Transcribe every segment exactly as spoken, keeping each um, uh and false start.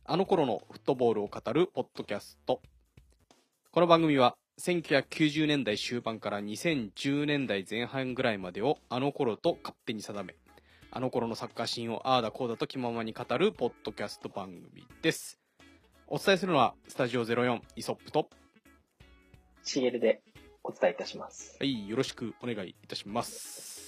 あの頃のフットボールを語るポッドキャスト。この番組はせんきゅうひゃくきゅうじゅうねんだい終盤からにせんじゅうねんだいぜん半ぐらいまでをあの頃と勝手に定め、あの頃のサッカーシーンをああだこうだと気ままに語るポッドキャスト番組です。お伝えするのはスタジオゼロよんイソップとしげるでお伝えいたします。 はい、よろしくお願いいたします。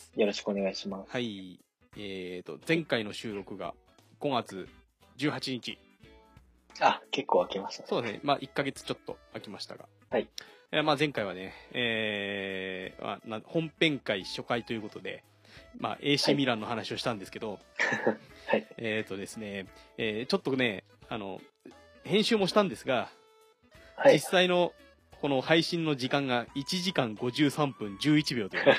よろしくお願いします。 はい、えーと前回の収録がごがつじゅうはちにち。 あ、結構空きましたね。 そうですね。まあいっかげつちょっと空きましたが。 はい。 えー、まあ前回はね、えー、まあ、な本編会初回ということで、まあ エーシー ミランの話をしたんですけど、 はい。 えーとですね、えー、ちょっとね、あの、編集もしたんですが、 はい、 実際のこの配信の時間がいちじかんごじゅうさんぷんじゅういちびょうという、ね、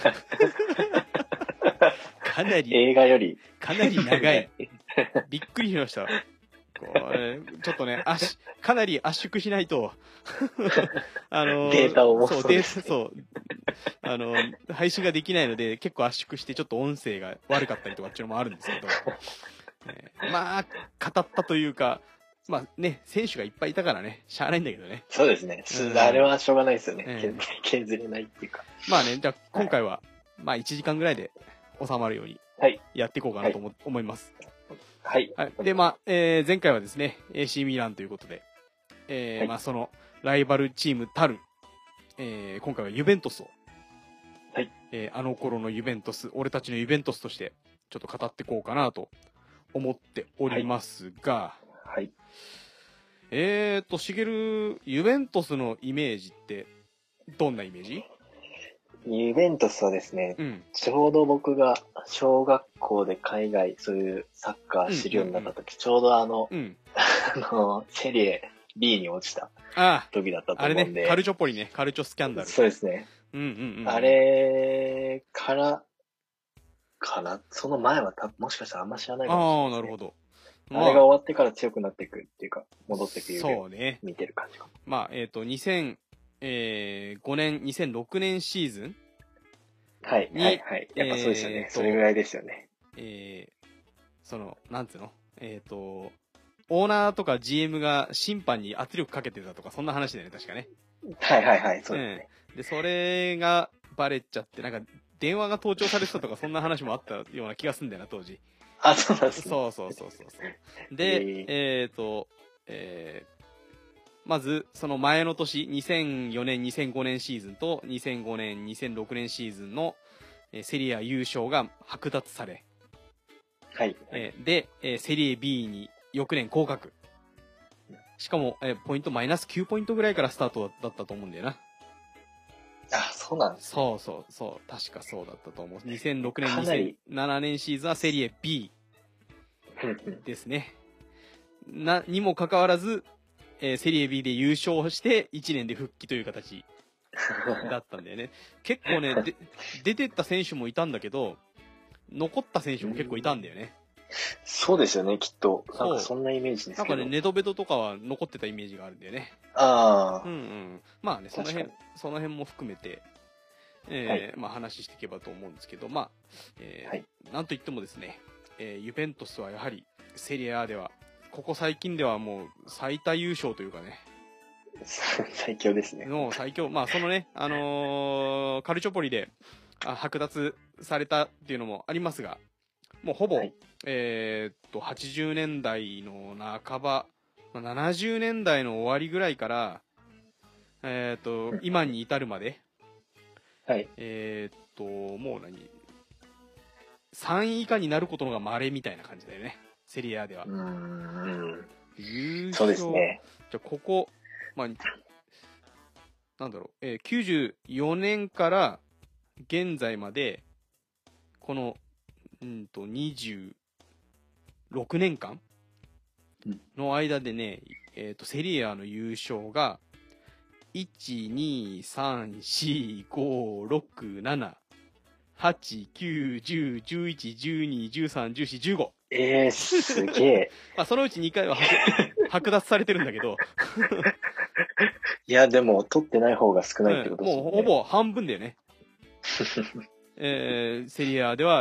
かなり、 映画より、 かなり長い。びっくりしました。これちょっとね、圧かなり圧縮しないと、あの、 データを持つそう、データ、そう、あの、配信ができないので、結構圧縮して、ちょっと音声が悪かったりとかっていうのもあるんですけど、ね、まあ、語ったというか、まあね、選手がいっぱいいたからね、しゃあないんだけどね。 そうですね。 うん、 あれはしょうがないですよね。 えー、 削れないっていうか。 まあね、じゃあ今回は、はい、まあいちじかんぐらいで収まるように、やっていこうかなと思、はい、思います。 はい。 はい。で、まあ、えー、前回はですね、エーシー ミランということで、えー、はい、まあその、ライバルチームたる、えー、今回はユベントスを、 はい。 えー、あの頃のユベントス、俺たちのユベントスとして、ちょっと語っていこうかなと思っておりますが、 はい。はい、 えーと、しげる、ユベントスのイメージって、どんなイメージ？ ユベントスはですね、うん、ちょうど僕が小学校で海外、そういうサッカー知るようになった時、うんうんうん、ちょうどあの、うん、あの、セリエ B に落ちた時だったと思うんで。あ、 あれね、カルチョポリね、カルチョスキャンダル。 そうですね。 うんうんうん、 あれから、かな、その前はたもしかしたらあんま知らないかもしれない、ね。 ああ、なるほど。 まあ、あれが終わってから強くなっていくっていうか、戻っていくそうね。 見てる感じか。 まあ、えっと、にせんごねん、にせんろくねんシーズンはい、はい、はい。やっぱそうですよね。えー、それぐらいですよね。 えー、その、なんつうのえっと、オーナーとか ジーエム が審判に圧力かけてたとか、そんな話だよね、確かね。 はいはいはい、そうですね。 うん、で、それがバレちゃって、なんか、電話が盗聴されてたとか、そんな話もあったような気がするんだよな、当時。 あ、そうなんですね。 そうそうそうそうそう。で、えー、えーと、えー、まず、その前の年、にせんよねん、にせんごねんシーズンと、にせんごねん、にせんろくねんシーズンの、えー、セリア優勝が剥奪され、 はい。 えー、で、えー、セリエ B に翌年降格。しかも、えー、ポイントマイナスきゅうポイントぐらいからスタートだったと思うんだよな。 あ、そうなんですね。 そうそうそう。確かそうだったと思う。にせんろくねん、にせんななねんシーズンはセリエ B ですね。な、にもかかわらず、えー、セリエ B で優勝していちねんで復帰という形だったんだよね。結構ね、で出てった選手もいたんだけど、残った選手も結構いたんだよね。 そうですよね、きっと。なんかそんなイメージですけど。 なんかね、ネドベドとかは残ってたイメージがあるんだよね。 ああ。 うんうん。まあね、その辺、その辺も含めて、えーはい、まあ話していけばと思うんですけど、まあ、えーはい、なんといってもですね、えー、ユベントスはやはりセリエ A では、ここ最近ではもう最多優勝というかね。 最強ですね。 の最強。まあそのね、あのー、カルチョポリで剥奪されたっていうのもありますが、もうほぼ、はい、えー、っと、はちじゅうねんだいの半ば、まあ、ななじゅうねんだいの終わりぐらいから、えー、っと、今に至るまで、 はい。 えー、っと、もう何さんい以下になることのが稀みたいな感じだよね。セリエ A では。 うーん。 優勝。 そうですね。 じゃあ、ここ、まあ、なんだろう、えー、きゅうじゅうよねんから現在まで、この、うんと、にじゅうろくねんかんの間でね、えっと、セリエ A の優勝が、いち、に、さん、よん、ご、ろく、なな、はち、きゅう、じゅう、じゅういち、じゅうに、じゅうさん、じゅうよん、じゅうご。 えー、すげえ。 まあ、そのうちにかいは剥奪されてるんだけど。 いや、でも、取ってない方が少ないってことですね。 もう、ほぼ半分だよね。えー、セリエ A では、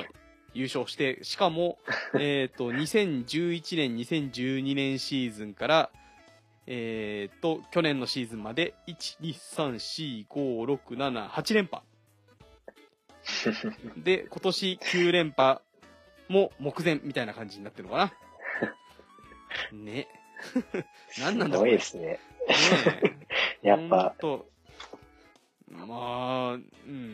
優勝して、しかも、えっと、にせんじゅういちねん、にせんじゅうにねんシーズンから、えっと、去年のシーズンまで、いち、に、さん、よん、ご、ろく、なな、はち連覇。で、今年きゅう連覇も目前みたいな感じになってるのかな。ね。何なんだこれ。すごいですね。ねやっぱ。 と、まあ、うん、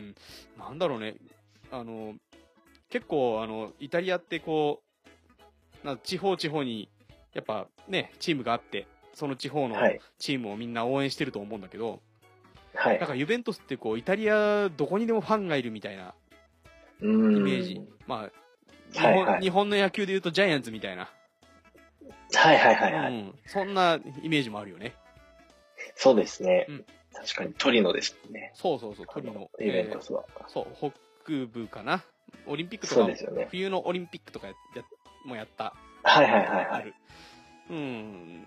なんだろうね。あの、結構、あの、イタリアってこう、な地方地方に、やっぱね、チームがあって、その地方のチームをみんな応援してると思うんだけど、はい。なんかユベントスってこう、イタリアどこにでもファンがいるみたいなイメージ。まあ、日本、はいはい、日本の野球で言うとジャイアンツみたいな。 はいはいはいはい。 うん、そんなイメージもあるよね。 そうですね。うん、確かにトリノですね。 そうそうそう、トリノ。 ユベントスは、 えー。そう、北部かな。オリンピックとか、そうですよね、冬のオリンピックとかやもやった。 はいはいはいはい。 うん、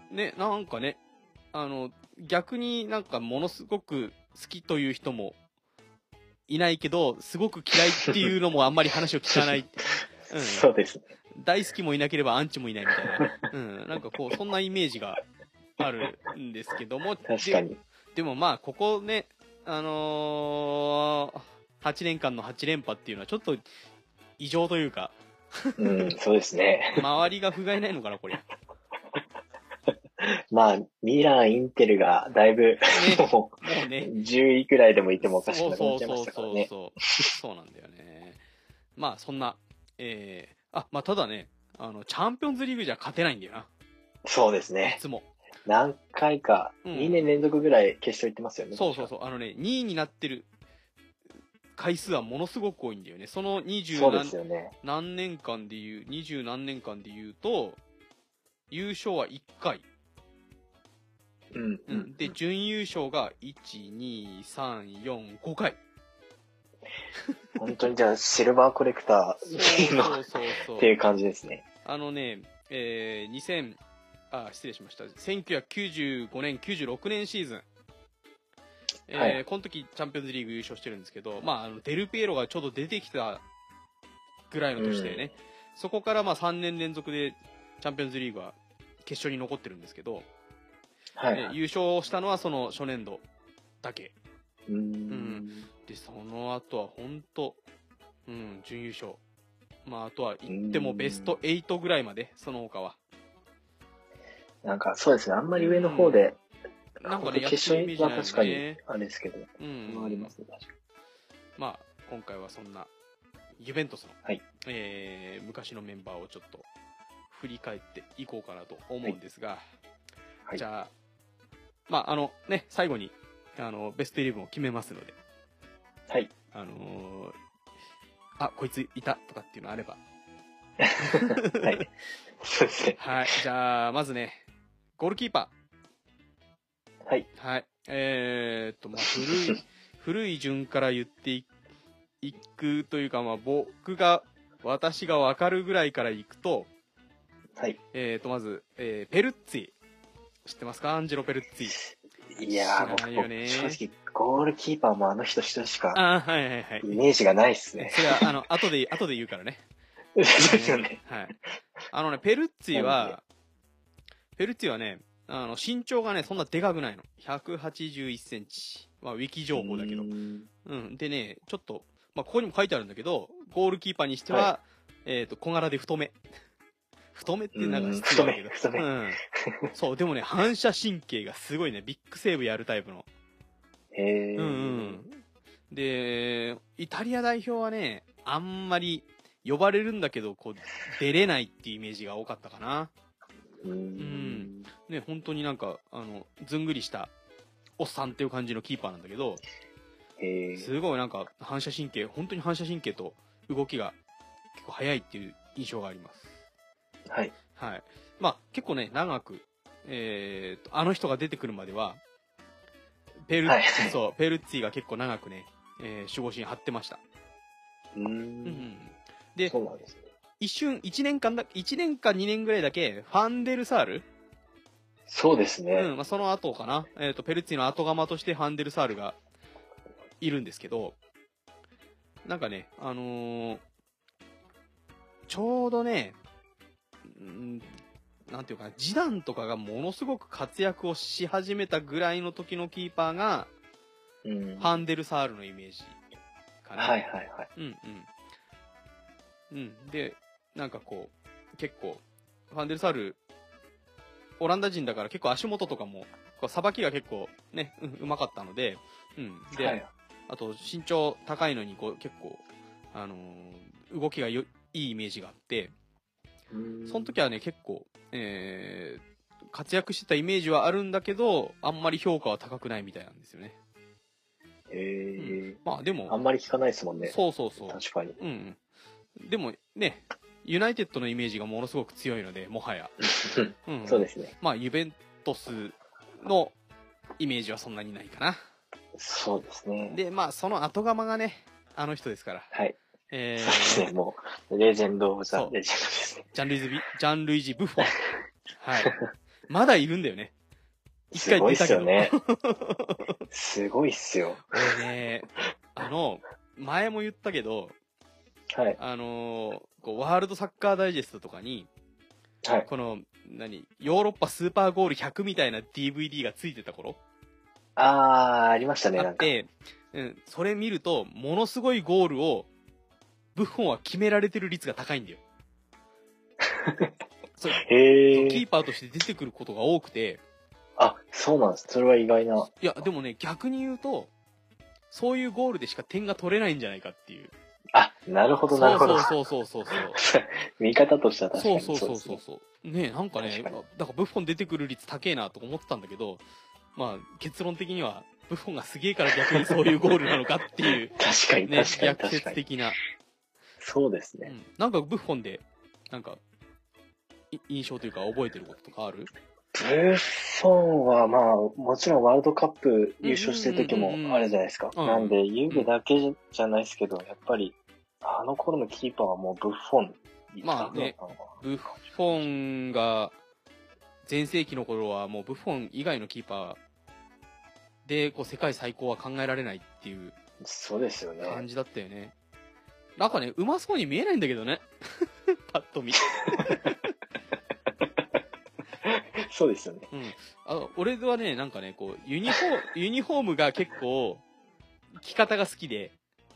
ね、なんかね、あの、逆になんかものすごく好きという人もいないけど、すごく嫌いっていうのもあんまり話を聞かない。 うん、そうですね。 大好きもいなければアンチもいないみたいな。うん、なんかこう、そんなイメージがあるんですけども。 確かに。 で、でもまあ、ここね、あのー、はちねんかんのはち連覇っていうのはちょっと異常というか。 うん、そうですね。 周りが不甲斐ないのかな、これ。 まあ、ミラン、インテルがだいぶ、ね、もう、もうね、じゅういくらいでもいてもおかしくなくなっちゃいましたからね。 そうそうそうそう。そうなんだよね。まあ、そんな、えー、あ、まあ、ただね、あの、チャンピオンズリーグじゃ勝てないんだよな。 そうですね。 いつも。 何回か、にねん連続ぐらい決勝行ってますよね。 そうそうそう。あのね、にいになってる回数はものすごく多いんだよね。その二十何、ね、何年間でいう、二十何年間で言うと、優勝はいっかい。 うん、うん。 で、準優勝がいち、に、さん、よん、ごかい。 本当にじゃあ、シルバーコレクターのそうそうそうっていう感じですね。 あのね、えー、にせん、あ、失礼しました。せんきゅうひゃくきゅうじゅうごねん、きゅうじゅうろくねんシーズン。えーはい、この時チャンピオンズリーグ優勝してるんですけど、まあ、あのデルピエロがちょうど出てきたぐらいの年でね、うん、そこからまあさんねん連続でチャンピオンズリーグは決勝に残ってるんですけど、はいはい、優勝したのはその初年度だけ。 うん、うん、 で、その後は本当、うん、準優勝。まあ、あとは言ってもベストはちぐらいまで、その他は。 なんかそうですね、あんまり上の方で、うん、なんかね、決勝は確かにあれですけど、うん、ありますね、確かに。 まあ、今回はそんな、ユベントスの、 はい、 えー、昔のメンバーをちょっと振り返っていこうかなと思うんですが、はい、じゃあ、まあ、あのね、最後に、あの、ベストイレブンを決めますので、 はい。 あのー、あ、こいついたとかっていうのあれば。 はい。そうですね。 はい。じゃあ、まずね、ゴールキーパー。はい。 はい。えー、っと、まあ、古い、古い順から言っていくというか、まあ、僕が、私がわかるぐらいからいくと、 はい。 えー、っと、まず、えー、ペルッツィ。知ってますか？アンジェロ・ペルッツィ。いやー、僕、正直、ゴールキーパーもあの人一人しか、 あはいはいはい。 イメージがないっすね。 それは、あの、後で、後で言うからね。 そうですよね。 はい。あのね、ペルッツィは、ペルッツィはね、あの、身長がね、そんなでかくないの。ひゃくはちじゅういちセンチ。まあ、ウィキ情報だけど。うんうん。でね、ちょっと、まあ、ここにも書いてあるんだけど、ゴールキーパーにしては、はい、えっと、小柄で太め。太めってなんか失礼だけど。 太め、太め。 うん。そう、でもね、反射神経がすごいね、ビッグセーブやるタイプの。 へー。 うんうん。で、イタリア代表はね、あんまり呼ばれるんだけど、こう、出れないっていうイメージが多かったかな。 うん。 うんね、本当になんか、あの、ずんぐりしたおっさんっていう感じのキーパーなんだけど、 へー。 すごいなんか反射神経、本当に反射神経と動きが結構速いっていう印象があります。 はい。 はい。まあ、結構ね、長く、えーと、あの人が出てくるまでは、ペルッツィ、はい、そう、ペルッツィが結構長くね、えー、守護神張ってました。 うーん。うん、 で、 そうなんですね。 一瞬、一年間だ、一年か二年ぐらいだけ、ファンデルサールそうですね。 うん、まあ、その後かな。えっと、ペルッツィの後釜としてファンデルサールがいるんですけど、なんかね、あのー、 ちょうどね、んなんていうかな、ジダンとかがものすごく活躍をし始めたぐらいの時のキーパーが、うん、ファンデルサールのイメージかな。 はいはいはい。 うんうん。うん。で、なんかこう、結構、ファンデルサール、オランダ人だから結構足元とかも、こう、さばきが結構ね、うん、うまかったので、うん。で、はい、あと身長高いのに、こう、結構、あのー、動きがよいいイメージがあって、その時はね、結構、えー、活躍してたイメージはあるんだけど、あんまり評価は高くないみたいなんですよね。 へえ、 うん。まあでも。 あんまり聞かないですもんね。 そうそうそう。 確かに。 うん。でもね、ユナイテッドのイメージがものすごく強いので、もはや。 うん、そうですね。 まあ、ユベントスのイメージはそんなにないかな。 そうですね。 で、まあ、その後釜がね、あの人ですから。 はい。 えー、 そうですね、もう、レジェンド・オブ・ザ・レジェンドですね。 ジャンルイズビ、ジャンルイジ・ブフォン。はい。まだいるんだよね。 一回出たけど。すごいっすよね。すごいっすよ。 俺ね、あの、前も言ったけど、 はい。 あのー、こうワールドサッカーダイジェストとかに、 はい。 この、何、ヨーロッパスーパーゴールひゃくみたいな ディーブイディー がついてた頃あー、ありましたね、 あって、うん、それ見ると、ものすごいゴールを、ブッフォンは決められてる率が高いんだよ。そうへー。 キーパーとして出てくることが多くて。 あ、そうなんです。それは意外な。 いや、でもね、逆に言うと、そういうゴールでしか点が取れないんじゃないかっていう。 あ、なるほど、なるほど。 そうそうそうそうそう。 見方としては確かにそうそうそうそうそう。ね、なんかね、だからブッフォン出てくる率高えなと思ってたんだけど、まあ、結論的には、ブッフォンがすげえから逆にそういうゴールなのかっていう。 確かに、 ね、 確かに。 逆説的な。 そうですね、うん。 なんかブッフォンで、なんか、印象というか覚えてることとかある？ ブッフォンはまあ、もちろんワールドカップ優勝してる時もあるじゃないですか。なんで、ユーベだけじゃないですけど、やっぱり、あの頃のキーパーはもうブッフォン。 まあね、ブッフォンが、全盛期の頃はもうブッフォン以外のキーパーで、こう世界最高は考えられないっていう。 そうですよね。 感じだったよね。なんかね、うまそうに見えないんだけどね。パッと見。 そうですよね。 うん。あの、俺はね、なんかね、こう、ユニフォーム、ユニフォームが結構、着方が好きで。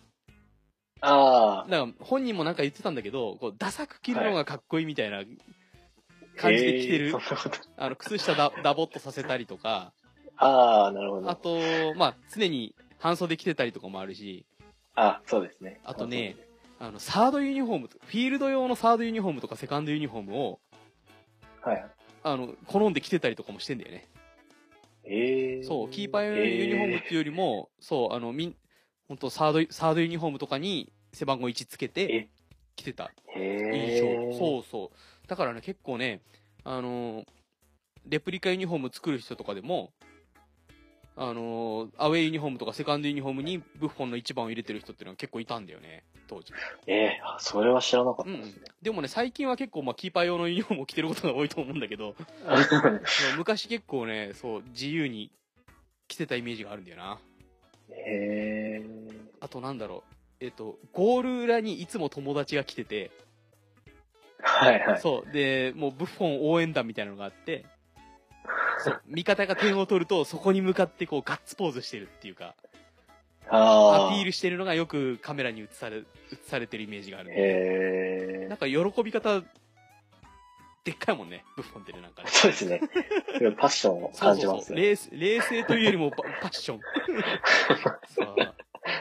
ああ。 だから、本人もなんか言ってたんだけど、こう、ダサく着るのがかっこいいみたいな感じで着てる。はい、あの、靴下ダダボっとさせたりとか。 ああ、なるほど。 あと、まあ、常に半袖着てたりとかもあるし。 あ、そうですね。 あとね、あの、サードユニフォーム、フィールド用のサードユニフォームとかセカンドユニフォームを、 はい。 あの、好んで着てたりとかもしてんだよね。 えー、 そう、キーパー用のユニフォームっていうよりも、えー、そう、あの、みん、本当サード、サードユニフォームとかに背番号いちつけて、着てた印象。 えー、 そうそう。だからね、結構ね、あのー、レプリカユニフォーム作る人とかでも、あのー、アウェイユニフォームとかセカンドユニフォームにブッフォンのいちばんを入れてる人っていうのは結構いたんだよね、当時。 ええー、それは知らなかったですね。 うん、でもね、最近は結構、まあ、キーパー用のユニフォームを着てることが多いと思うんだけど、昔結構ね、そう、自由に着てたイメージがあるんだよな。 へえー。 あとなんだろう、えっと、ゴール裏にいつも友達が来てて、 はいはい。 そう、で、もうブッフォン応援団みたいなのがあって、そう、味方が点を取ると、そこに向かってこうガッツポーズしてるっていうか、 あアピールしてるのがよくカメラに映され、映されてるイメージがあるんで。 へー。 なんか喜び方、でっかいもんね、ブッフォンってね、なんかね。 そうですね。パッションを感じます、ね、 そうそうそう。冷静というよりもパッション。そう。ね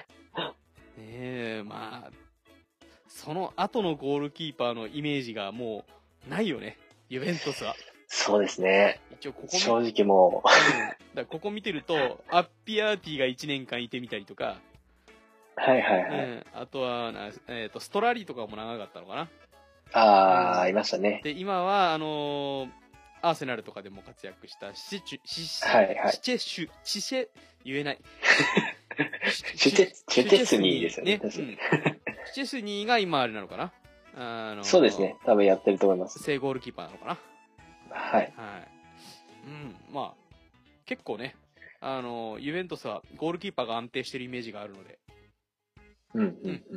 え、まあ、その後のゴールキーパーのイメージがもうないよね、ユベントスは。 そうですね。 一応ここ正直もう、 うん、だここ見てると、アッピアーティがいちねんかんいてみたりとか、 はいはいはい。 うん、あとはな、えーと、ストラリとかも長かったのかな。 ああ、うん、いましたね。 で、今は、あのー、アーセナルとかでも活躍したシチュ、シシ、 はいはい、 シチェシュ、シシェ、言えない。 シュチェ、シュチェスニーですよね。ね、うん、シチェスニーが今あれなのかな、あのー、 そうですね。多分やってると思います。 正ゴールキーパーなのかな。 はい。 はい。うん、まあ、結構ね、あのー、ユベントスはゴールキーパーが安定してるイメージがあるので。 うんうんうん。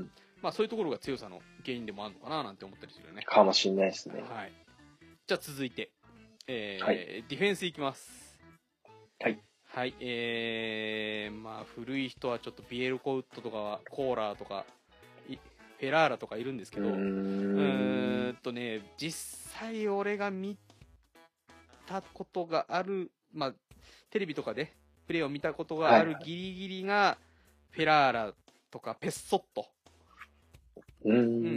まあそういうところが強さの原因でもあるのかななんて思ったりするよね。 かもしれないですね。 はい。じゃあ続いて、えー、 はい、 ディフェンスいきます。 はい。 はい、えー、まあ古い人はちょっとビエルコウッドとかコーラーとかフェラーラとかいるんですけど、うーんとね、実際俺が見たことがある、まあテレビとかでプレーを見たことがあるギリギリがフェラーラとかペッソット。 うん、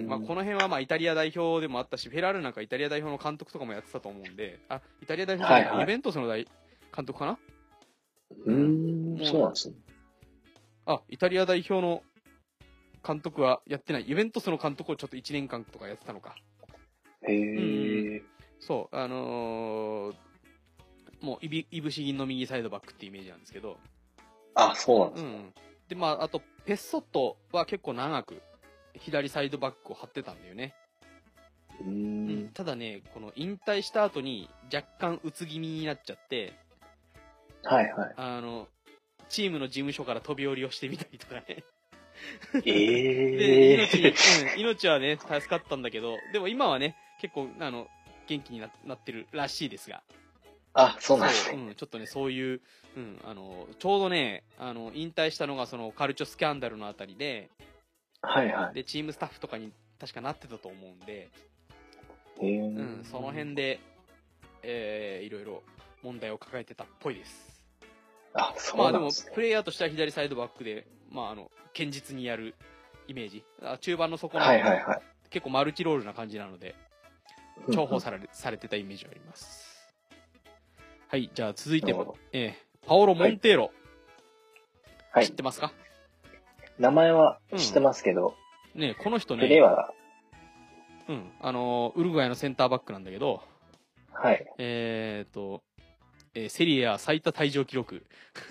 まあ、この辺はまあイタリア代表でもあったし、フェラールなんかイタリア代表の監督とかもやってたと思うんで、あ、イタリア代表じゃない、はいはい、ユベントスの大監督かな。 うん、そうなんですね。 あ、イタリア代表の監督はやってない。ユベントスの監督をちょっといちねんかんとかやってたのか。 へー。 うん、そう、あのー、もういび、いぶし銀の右サイドバックってイメージなんですけど。 あ、そうなんですね。 うん。で、まあ、あと、ペッソットは結構長く、左サイドバックを張ってたんだよね。 うーん、うん、 ただね、この引退した後に若干うつ気味になっちゃって、 はいはい。 あの、チームの事務所から飛び降りをしてみたりとかね。 えー、 で、命、うん、命はね、助かったんだけど、でも今はね、結構、あの、元気に な, なってるらしいですが。 あ、そうなんですね。 うん、ちょっとね、そういう、うん、あの、ちょうどね、あの、引退したのがそのカルチョスキャンダルのあたりで、 はいはい。 で、チームスタッフとかに確かなってたと思うんで、 へー、 うん、その辺で、えー、いろいろ問題を抱えてたっぽいです。 あ、そうなんですね。 まあでも、プレイヤーとしては左サイドバックで、まああの、堅実にやるイメージ。中盤の底の、 はいはいはい、 結構マルチロールな感じなので、重宝されされてたイメージがあります。はい、じゃあ続いて、えー、パオロ・モンテーロ。はい、知ってますか？ 名前は知ってますけど。 うん、ね、この人ね。 プレーは、 うん、あの、ウルグアイのセンターバックなんだけど、 はい。 えーと、えー、セリエ A 最多退場記録。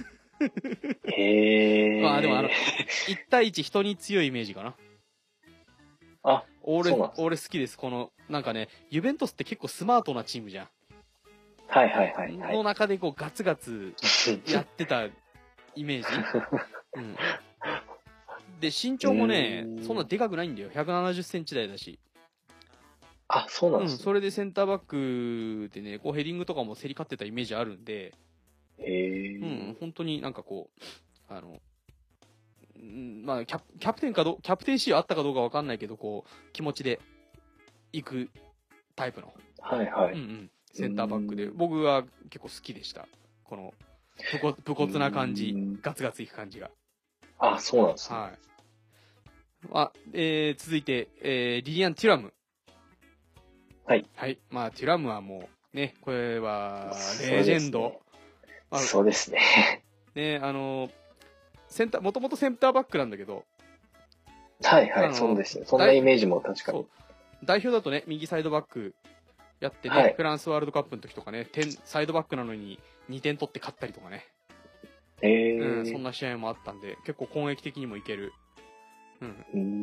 へー。 まあでもあの、いち対いち人に強いイメージかな。 あ、 俺、俺好きです。この、なんかね、ユベントスって結構スマートなチームじゃん。 はいはいはい、はい。 の中でこうガツガツやってたイメージ。うん。で、身長もね、そんなでかくないんだよ。ひゃくななじゅっセンチ台だし。 あ、そうなんですね。 うん、それでセンターバックでね、こうヘディングとかも競り勝ってたイメージあるんで、 へー。 うん、本当になんかこう、あの、うん、まあキャ、キャプテンかど、キャプテンシーあったかどうかわかんないけど、こう、気持ちで行くタイプの。 はいはい。 うんうん。センターバックで、僕は結構好きでした。この、武骨、武骨な感じ、ガツガツいく感じが。 あ、そうなんですね。 はい。あ、えー、続いて、えー、リリアン・テュラム。 はい。 はい。まあ、テュラムはもう、ね、これは、レジェンド。 そうですね。 ね、あの、センター、もともとセンターバックなんだけど。 はいはい、そうですね。そんなイメージも確かに。 代表だとね、右サイドバックやってね、はい、フランスワールドカップの時とかね、点、サイドバックなのににてん取って勝ったりとかね。 へー。 うん、そんな試合もあったんで、結構攻撃的にもいける、うん、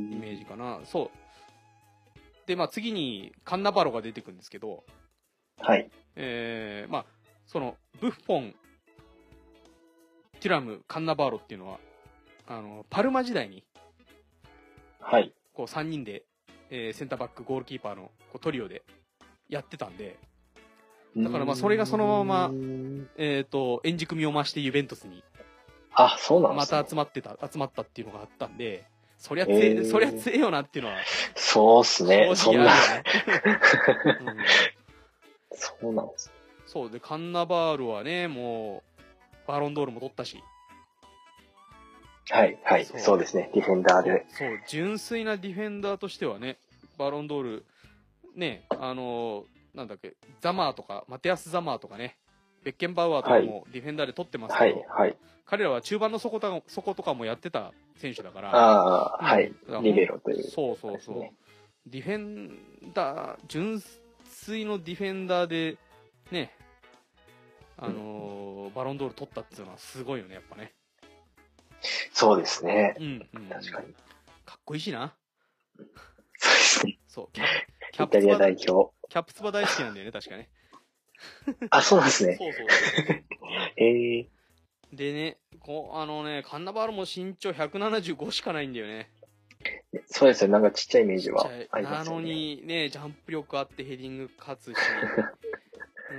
イメージかな。そう。で、まあ次にカンナバロが出てくるんですけど、 はい。 えー、まあ、その、ブッフォン、テュラム、カンナバーロっていうのは、あの、パルマ時代に、 はい。 こうさんにんで、えー、センターバック、ゴールキーパーのこうトリオでやってたんで、だからまあそれがそのまま、えっと、円軸味を増してユベントスに、 あ、そうなんですね。 また集まってた、集まったっていうのがあったんで、そりゃつえ、えー、そりゃ強えよなっていうのは、 そうっすね。 正直あるよね。 うん、そうなんです。 そうで、カンナバールはね、もう、バロンドールも取ったし。 はい、はい、そう、そうですね。ディフェンダーで。 そう、そう純粋なディフェンダーとしてはね、バロンドール、ね、あのー、なんだっけ、ザマーとか、マテアス・ザマーとかね、ベッケンバウアーとかもディフェンダーで取ってますけど、 はい、はい。 彼らは中盤の底とか、底とかもやってた選手だから。 ああ、はい。リベロという、ね。 そうそうそう。ディフェンダー、純粋のディフェンダーで、ね、あのー、バロンドール取ったっていうのはすごいよね、やっぱね。 そうですね。 うん、うん。 確かに。 かっこいいしな。 そうですね。 そう、キャキャプツバ。イタリア代表。 キャプツバ大好きなんだよね、確かね。 あ、そうなんですね。 そうそうそう。 へえ。 でね、こう、あのね、カンナバールも身長ひゃくななじゅうごしかないんだよね。 そうですよ、なんかちっちゃいイメージはありなますよね。 のにね、ジャンプ力あってヘディング勝つし、うん、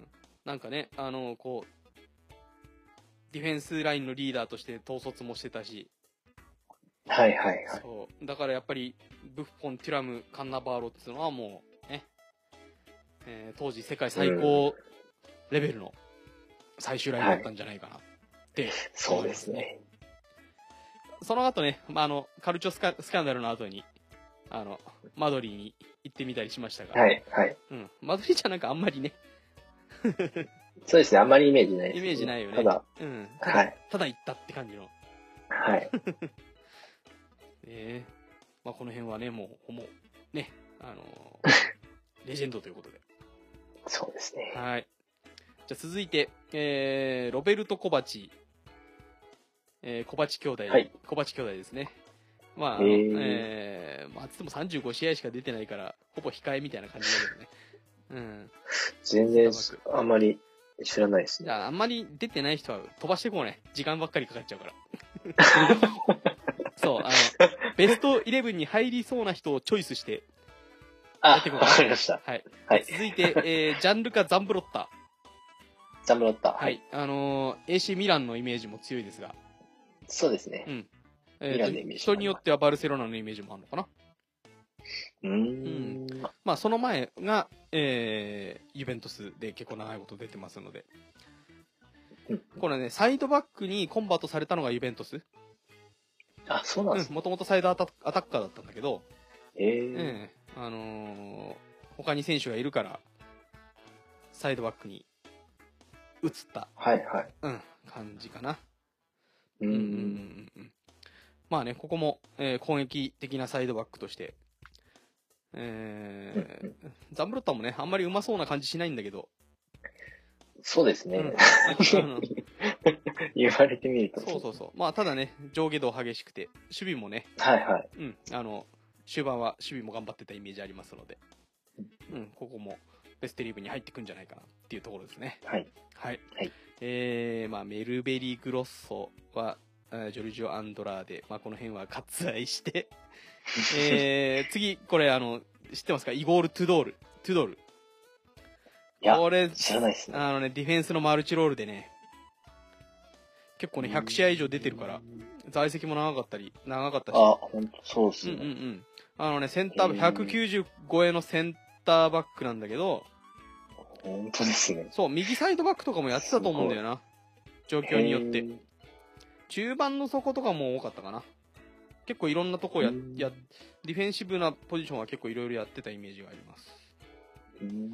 なんかね、あの、こう、ディフェンスラインのリーダーとして統率もしてたし、 はいはいはい。 そう。だからやっぱり、ブッフォン、テュラム、カンナバーロっていうのはもう、ね、えー当時世界最高レベルの最終ラインだったんじゃないかなって、ね、 そうですね。 その後ね、まあ、あの、カルチョスカスキャンダルの後に、あの、マドリーに行ってみたりしましたが、 はい、はい。 うん。マドリーじゃなんかあんまりね、 そうですね、あんまりイメージないです、 イメージないよね。 ただ、 うん。ただ、 はい。 ただ行ったって感じの。 はい。 ええまあ、この辺はね、もう、もう、ね、あのーレジェンドということで。 そうですね。 はい。じゃあ続いて、えー、ロベルト・コバチ、えー、コバチ兄弟、 はい、 コバチ兄弟ですね。まあ、あの、えー、まあ、つってもさんじゅうご試合しか出てないから、ほぼ控えみたいな感じだけどね。うん。 全然、あんまり知らないですね。 じゃあ、あんまり出てない人は飛ばしてこうね。時間ばっかりかかっちゃうから。そう、あの、ベストイレブンに入りそうな人をチョイスして、 やっていこうかな。わかりました。 はい。はい、続いて、えー、ジャンルカ・ザンブロッタ。 ザンブロッタ。 はい。あのー、エーシー ミランのイメージも強いですが。 そうですね。 うん。えー、人によってはバルセロナのイメージもあるのかな。 うん。 まあ、その前が、えー、ユベントスで結構長いこと出てますので。うん、これね、サイドバックにコンバートされたのがユベントス。 あ、そうなんですね。もともとサイドアタアタッカーだったんだけど、 えー、 えー、あのー、他に選手がいるから、サイドバックに移った。 はいはい。 うん、感じかな。 うんうんうん。 まあね、ここも、えー、攻撃的なサイドバックとして、えー、ザンブロッタもね、あんまりうまそうな感じしないんだけど。 そうですね。うん、言われてみると。 そうそうそう。まあ、ただね、上下動激しくて、守備もね、 はいはい。 うん、あの、終盤は守備も頑張ってたイメージありますので、うん、ここもベストリーグに入ってくんじゃないかなっていうところですね。 はい。 はい。 はい、 えー、まあ、メルベリー・グロッソは、ジョルジオ・アンドラーデ、まあ、この辺は割愛してえー、次、これ、あの、知ってますか？イゴール・トゥドール。トゥドール。 いや、これ、知らないですね。 あのね、ディフェンスのマルチロールでね、結構ね、ひゃく試合以上出てるから、在籍も長かったり、長かったし。 あ、ほんとそうっすね。 うんうんうん。あのね、センター、ひゃくきゅうじゅう超えのセンターバックなんだけど、 本当ですね。 そう、右サイドバックとかもやってたと思うんだよな。状況によって。中盤の底とかも多かったかな。結構いろんなとこや、や、ディフェンシブなポジションは結構いろいろやってたイメージがあります。うんうんうん。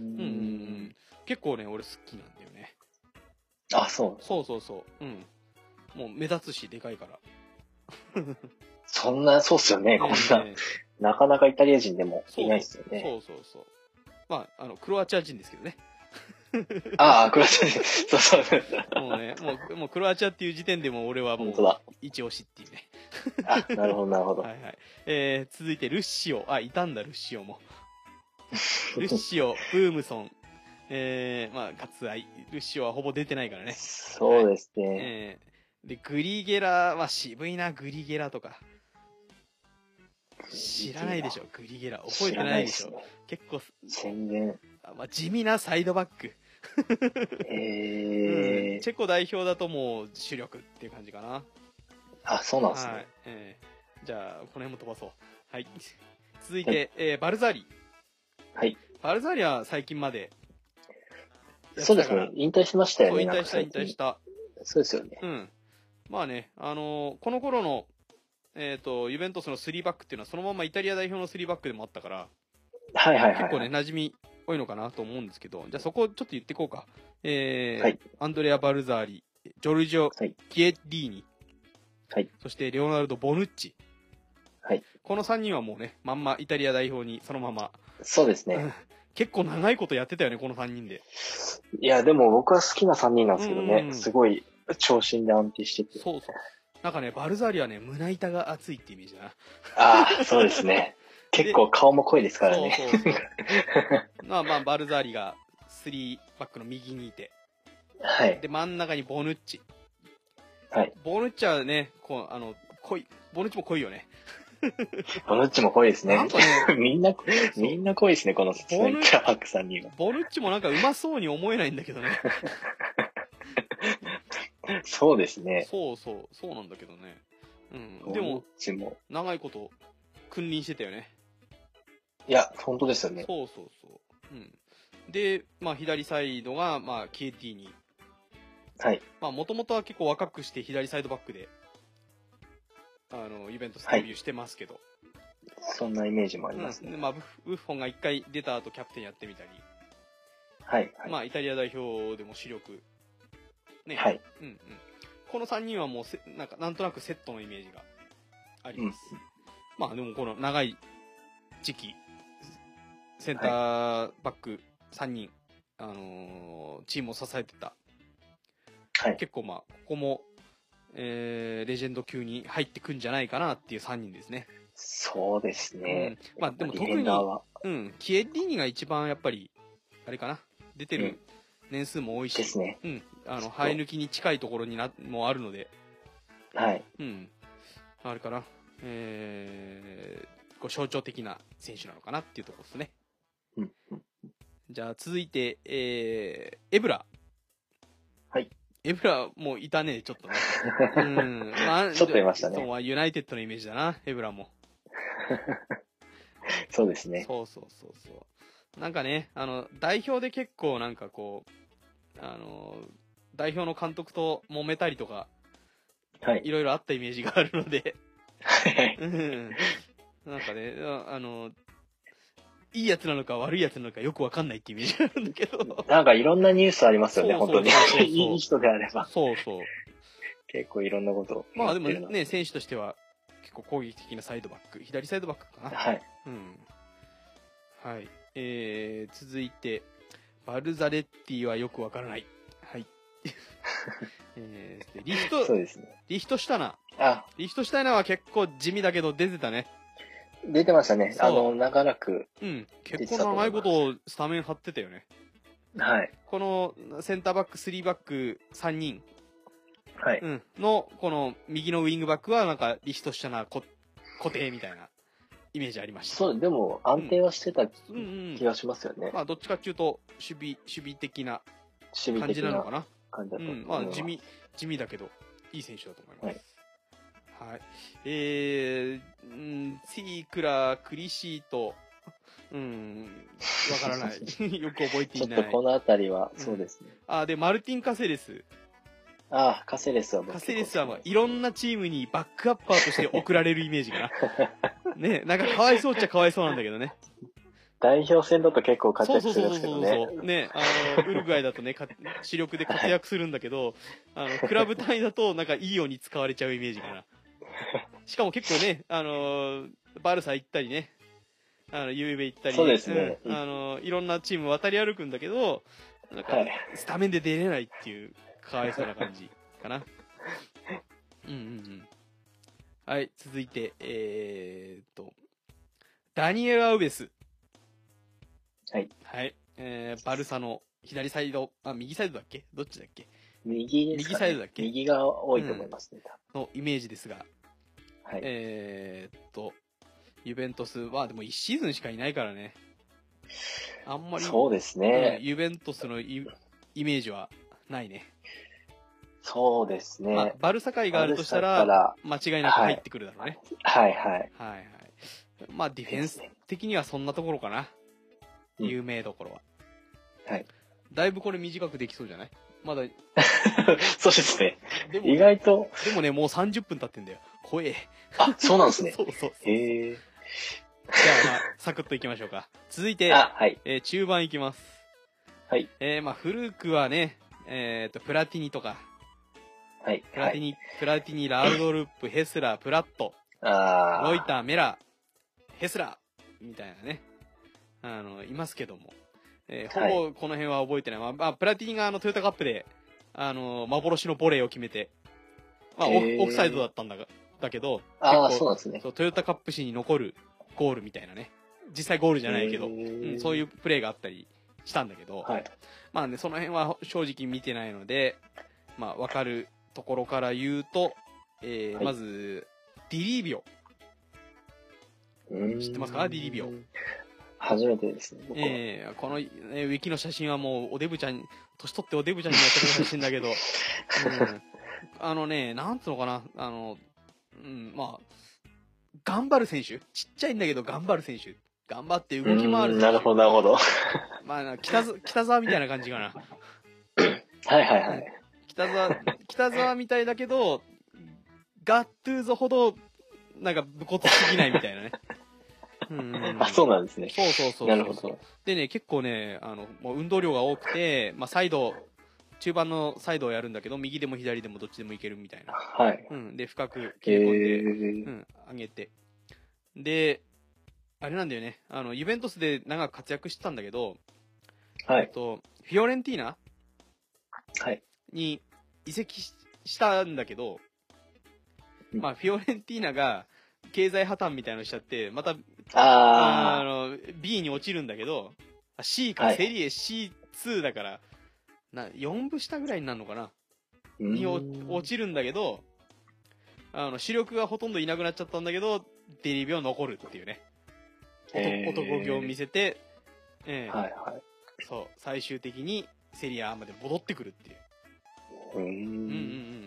結構ね、俺好きなんだよね。 あ、そうそうそうそう。うん。もう目立つし、でかいから。 そんな、そうっすよね、こんな、えー。なかなかイタリア人でもいないっすよね。 そうそうそう。まあ、あの、クロアチア人ですけどね。 ああ、クロアチア人。そうそう。 もうね、もう、もうクロアチアっていう時点でも俺はもう、一押しっていうね。 あ、なるほど、なるほど。 はいはい。えー、続いて、ルッシオ。あ、いたんだ、ルッシオも。ルッシオ、ブームソン。えー、まあ、割愛。ルッシオはほぼ出てないからね。 そうですね。はい、 えー、で、グリゲラは渋いな、グリゲラとか。知らないでしょ、グリゲラ。覚えてないでしょ。ね、結構、 全然。 まあ、地味なサイドバック。 えーうん、チェコ代表だともう主力っていう感じかな。 あ、そうなんですね。 はいえー、じゃあ、この辺も飛ばそう。はい。続いて、はい、えー、バルザーリ。 はい。 バルザーリは最近まで。 そうですね。引退しましたよね。 引退した、引退した。 そうですよね。 うん。まあね、あのー、この頃の、えっ、ー、と、ユベントスのスリーバックっていうのはそのままイタリア代表のスリーバックでもあったから、 はいはいはい、はい。 結構ね、馴染み多いのかなと思うんですけど、じゃあそこをちょっと言っていこうか。えー、はい、アンドレア・バルザーリ、ジョルジオ・キエリーニ、はい、そしてレオナルド・ボヌッチ。 はい、 このさんにんはもうね、まんまイタリア代表にそのまま。 そうですね。 結構長いことやってたよね、このさんにんで。 いや、でも僕は好きなさんにんなんですけどね、すごい長身で安定してて。 そうそう。なんかね、バルザーリはね、胸板が厚いってイメージだな。 ああ、そうですね。結構顔も濃いですからね。 そうそうそうまあまあ、バルザーリがスリーバックの右にいて。 はい。 で、真ん中にボヌッチ。 はい。 ボヌッチはね、こう、あの、濃い、ボヌッチも濃いよね。 ボヌッチも濃いですね。 なんかね、 みんな、みんな濃いですね、このセンターバックさんにんは。 ボヌッチもなんかうまそうに思えないんだけどね。 そうですね。 そうそう、そうなんだけどね。うん。でも、も長いこと君臨してたよね。 いや、本当ですよね。 そうそうそう。うん。で、まあ、左サイドが、まあ、ケーティー に。 はい。 まあ、もともとは結構若くして左サイドバックで、あの、ユベントスデビューしてますけど。はい、 そんなイメージもありますね。 うん、でまあ、ブッフォンが一回出た後キャプテンやってみたり。 はい。はい、 まあ、イタリア代表でも主力。ね。 はい。 うんうん。このさんにんはもうせ、なんか、なんとなくセットのイメージがあります。うん、まあ、でもこの長い時期、センターバックさんにん、あのー、チームを支えてた。はい、結構まあ、ここも、えー、レジェンド級に入ってくんじゃないかなっていうさんにんですね。 そうですね。 うん、まあでも特に、うん、キエッリーニが一番やっぱり、あれかな、出てる年数も多いし、 ですね。 うん、あの、生え抜きに近いところにな、もあるので、 はい。 うん、あれかな、えー、こう象徴的な選手なのかなっていうところですね。 うん、 じゃあ続いて、えー、エブラ。 はい。 エブラもいたね、ちょっとね。うん。 まあ、ちょっといましたね。 そう、ユナイテッドのイメージだな、エブラも。 そうですね。 そうそうそうそう。なんかね、あの、代表で結構なんかこう、あの、代表の監督と揉めたりとか、はい。いろいろあったイメージがあるので、はい。なんかね、あの、いいやつなのか悪いやつなのかよくわかんないってイメージがあるんだけど。 なんかいろんなニュースありますよね、本当に。いい人であれば。 そうそう。 結構いろんなことを。 まあでもね、選手としては結構攻撃的なサイドバック、左サイドバックかな。 はい。 うん。はい。えー、続いて、バルザレッティはよくわからない。はい。えー、リヒト、 そうですね。 リヒトシュタナ。 あ、 リヒトシュタイナーは結構地味だけど出てたね。 出てましたね。あの、長らく。 うん。結構長いことをスタメン張ってたよね。 はい。 このセンターバック、スリーバックさんにん。 はい。 うん。の、この右のウィングバックはなんかリヒトシュタナー固定みたいなイメージありました。 そう、でも安定はしてた気がしますよね。 まあどっちかっていうと、守備、守備的な感じなのかな。 感じだと。うん。 まあ地味、地味だけど、いい選手だと思います。はい。はい。えー、うん、シークラ、クリシート、うん、わからない。よく覚えていない。 ちょっとこのあたりは、そうですね。 うん、あ、で、マルティン・カセレス。 ああ、カセレスは僕カセレスは、まあ、いろんなチームにバックアッパーとして送られるイメージかな。ね、なんかかわいそうっちゃかわいそうなんだけどね。 代表戦だと結構活躍するんですけどね。そうそうそうそう。 ね、あの、ウルグアイだとね、主力で活躍するんだけど、はい、あの、クラブ単位だとなんかいいように使われちゃうイメージかな。しかも結構ね、あのー、バルサ行ったりね、あの、ユーベ行ったり、 そうですね、 うん、あのー、いろんなチーム渡り歩くんだけど、なんか、スタメンで出れないっていう、かわいそうな感じかな。うんうんうん。はい、続いて、えーっと、ダニエル・アウベス。 はい。 はい。えー、バルサの左サイド、あ、右サイドだっけどっちだっけ右ですか、ね、 右サイドだっけ右が多いと思いますね。 うん、のイメージですが、 はい。 えーっと、ユベントスは、でもいちシーズンしかいないからね。あんまり、 そうですね。 うん、ユベントスのイメージはないね。 そうですね。まあ、 バルサ界があるとしたら、間違いなく入ってくるだろうね。 はい、はい、はい。はいはい。 まあ、ディフェンス的にはそんなところかな。うん、有名どころは。 はい。 だいぶこれ短くできそうじゃないまだ。 そうですね。でも意外と。 でもね、もうさんじゅっぷん経ってんだよ。怖え。 あ、そうなんですね。 そうそうそう。 へえ。 じゃあ、まあ、サクッといきましょうか。続いて、 あ、はい。 えー、中盤いきます。 はい。 えー、まあ、古くはね、えっ、ー、と、プラティニとか。 はい。 プラティニ、はい、プラティニ、ラウドルップ、ヘスラー、プラット。 あロイター、メラー、ヘスラー。みたいなね。あの、いますけども。えー、ほぼこの辺は覚えてない。はい、まあ、プラティニがあのトヨタカップで、あの、幻のボレーを決めて、まあ、オフ、オフサイドだったんだが、だけど、 ああ、そうなんですね。 そう、トヨタカップ史に残るゴールみたいなね。実際ゴールじゃないけど、うん、そういうプレーがあったりしたんだけど、 はい、 まあね、その辺は正直見てないので、まあ、わかるところから言うと、えーはい、まず、ディリービオ。 知ってますか？ディリビオ。 初めてですね。 ええー、この、ね、ウィキの写真はもうおデブちゃん、年取っておデブちゃんになってる写真だけど、うん、あのね、なんつうのかな、あの、うん、まあ、頑張る選手、ちっちゃいんだけど頑張る選手、頑張って動き回る選手。 なるほど、なるほど。 まあ、北北沢みたいな感じかな。 はいはいはい。 北沢、北沢みたいだけど、ガットゥーゾほど、なんか、武骨すぎないみたいなね。 うん、あ、そうなんですね。 そうそうそうそう。 なるほど。 でね、結構ね、あの、もう運動量が多くて、まあ、サイド、中盤のサイドをやるんだけど、右でも左でもどっちでもいけるみたいな。 はい。 うん。で、深く切り込んで、 えー、 うん、上げて。で、あれなんだよね、あの、ユベントスで長く活躍してたんだけど、 はい。 えっと、フィオレンティーナはい。 に移籍したんだけど、まあ、フィオレンティーナが経済破綻みたいなのしちゃって、また、ああの、B に落ちるんだけど、C か、はい、セリエ シーツー だから、な、よんぶ下ぐらいになるのかなに落ちるんだけど、あの、主力がほとんどいなくなっちゃったんだけど、デリビオ残るっていうね。男気を見せて、えー、はいはい。そう、最終的にセリアまで戻ってくるっていう。うんうんうん。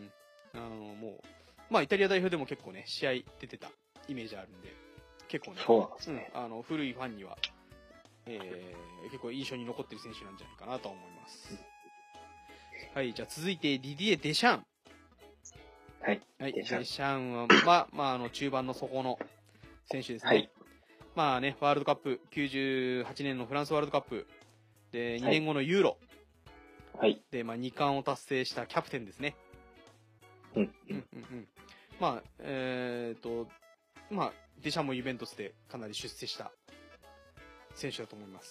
あの、もう、まあ、イタリア代表でも結構ね、試合出てたイメージあるんで、結構ね、 そうなんですね。 うん、あの、古いファンには、えー、結構印象に残ってる選手なんじゃないかなと思います。はい、じゃあ続いて、ディディエ・デシャン。 はい。 はい、デシャンは、まあ、まあ、あの、中盤の底の選手ですね。はい、まあね、ワールドカップ、きゅうじゅうはちねんのフランスワールドカップ、で、にねんごのユーロ。 はい。 で、まあ、に冠を達成したキャプテンですね。 うん。 うんうんうん。まあ、えー、っと、まあ、デシャンもユベントスでかなり出世した選手だと思います。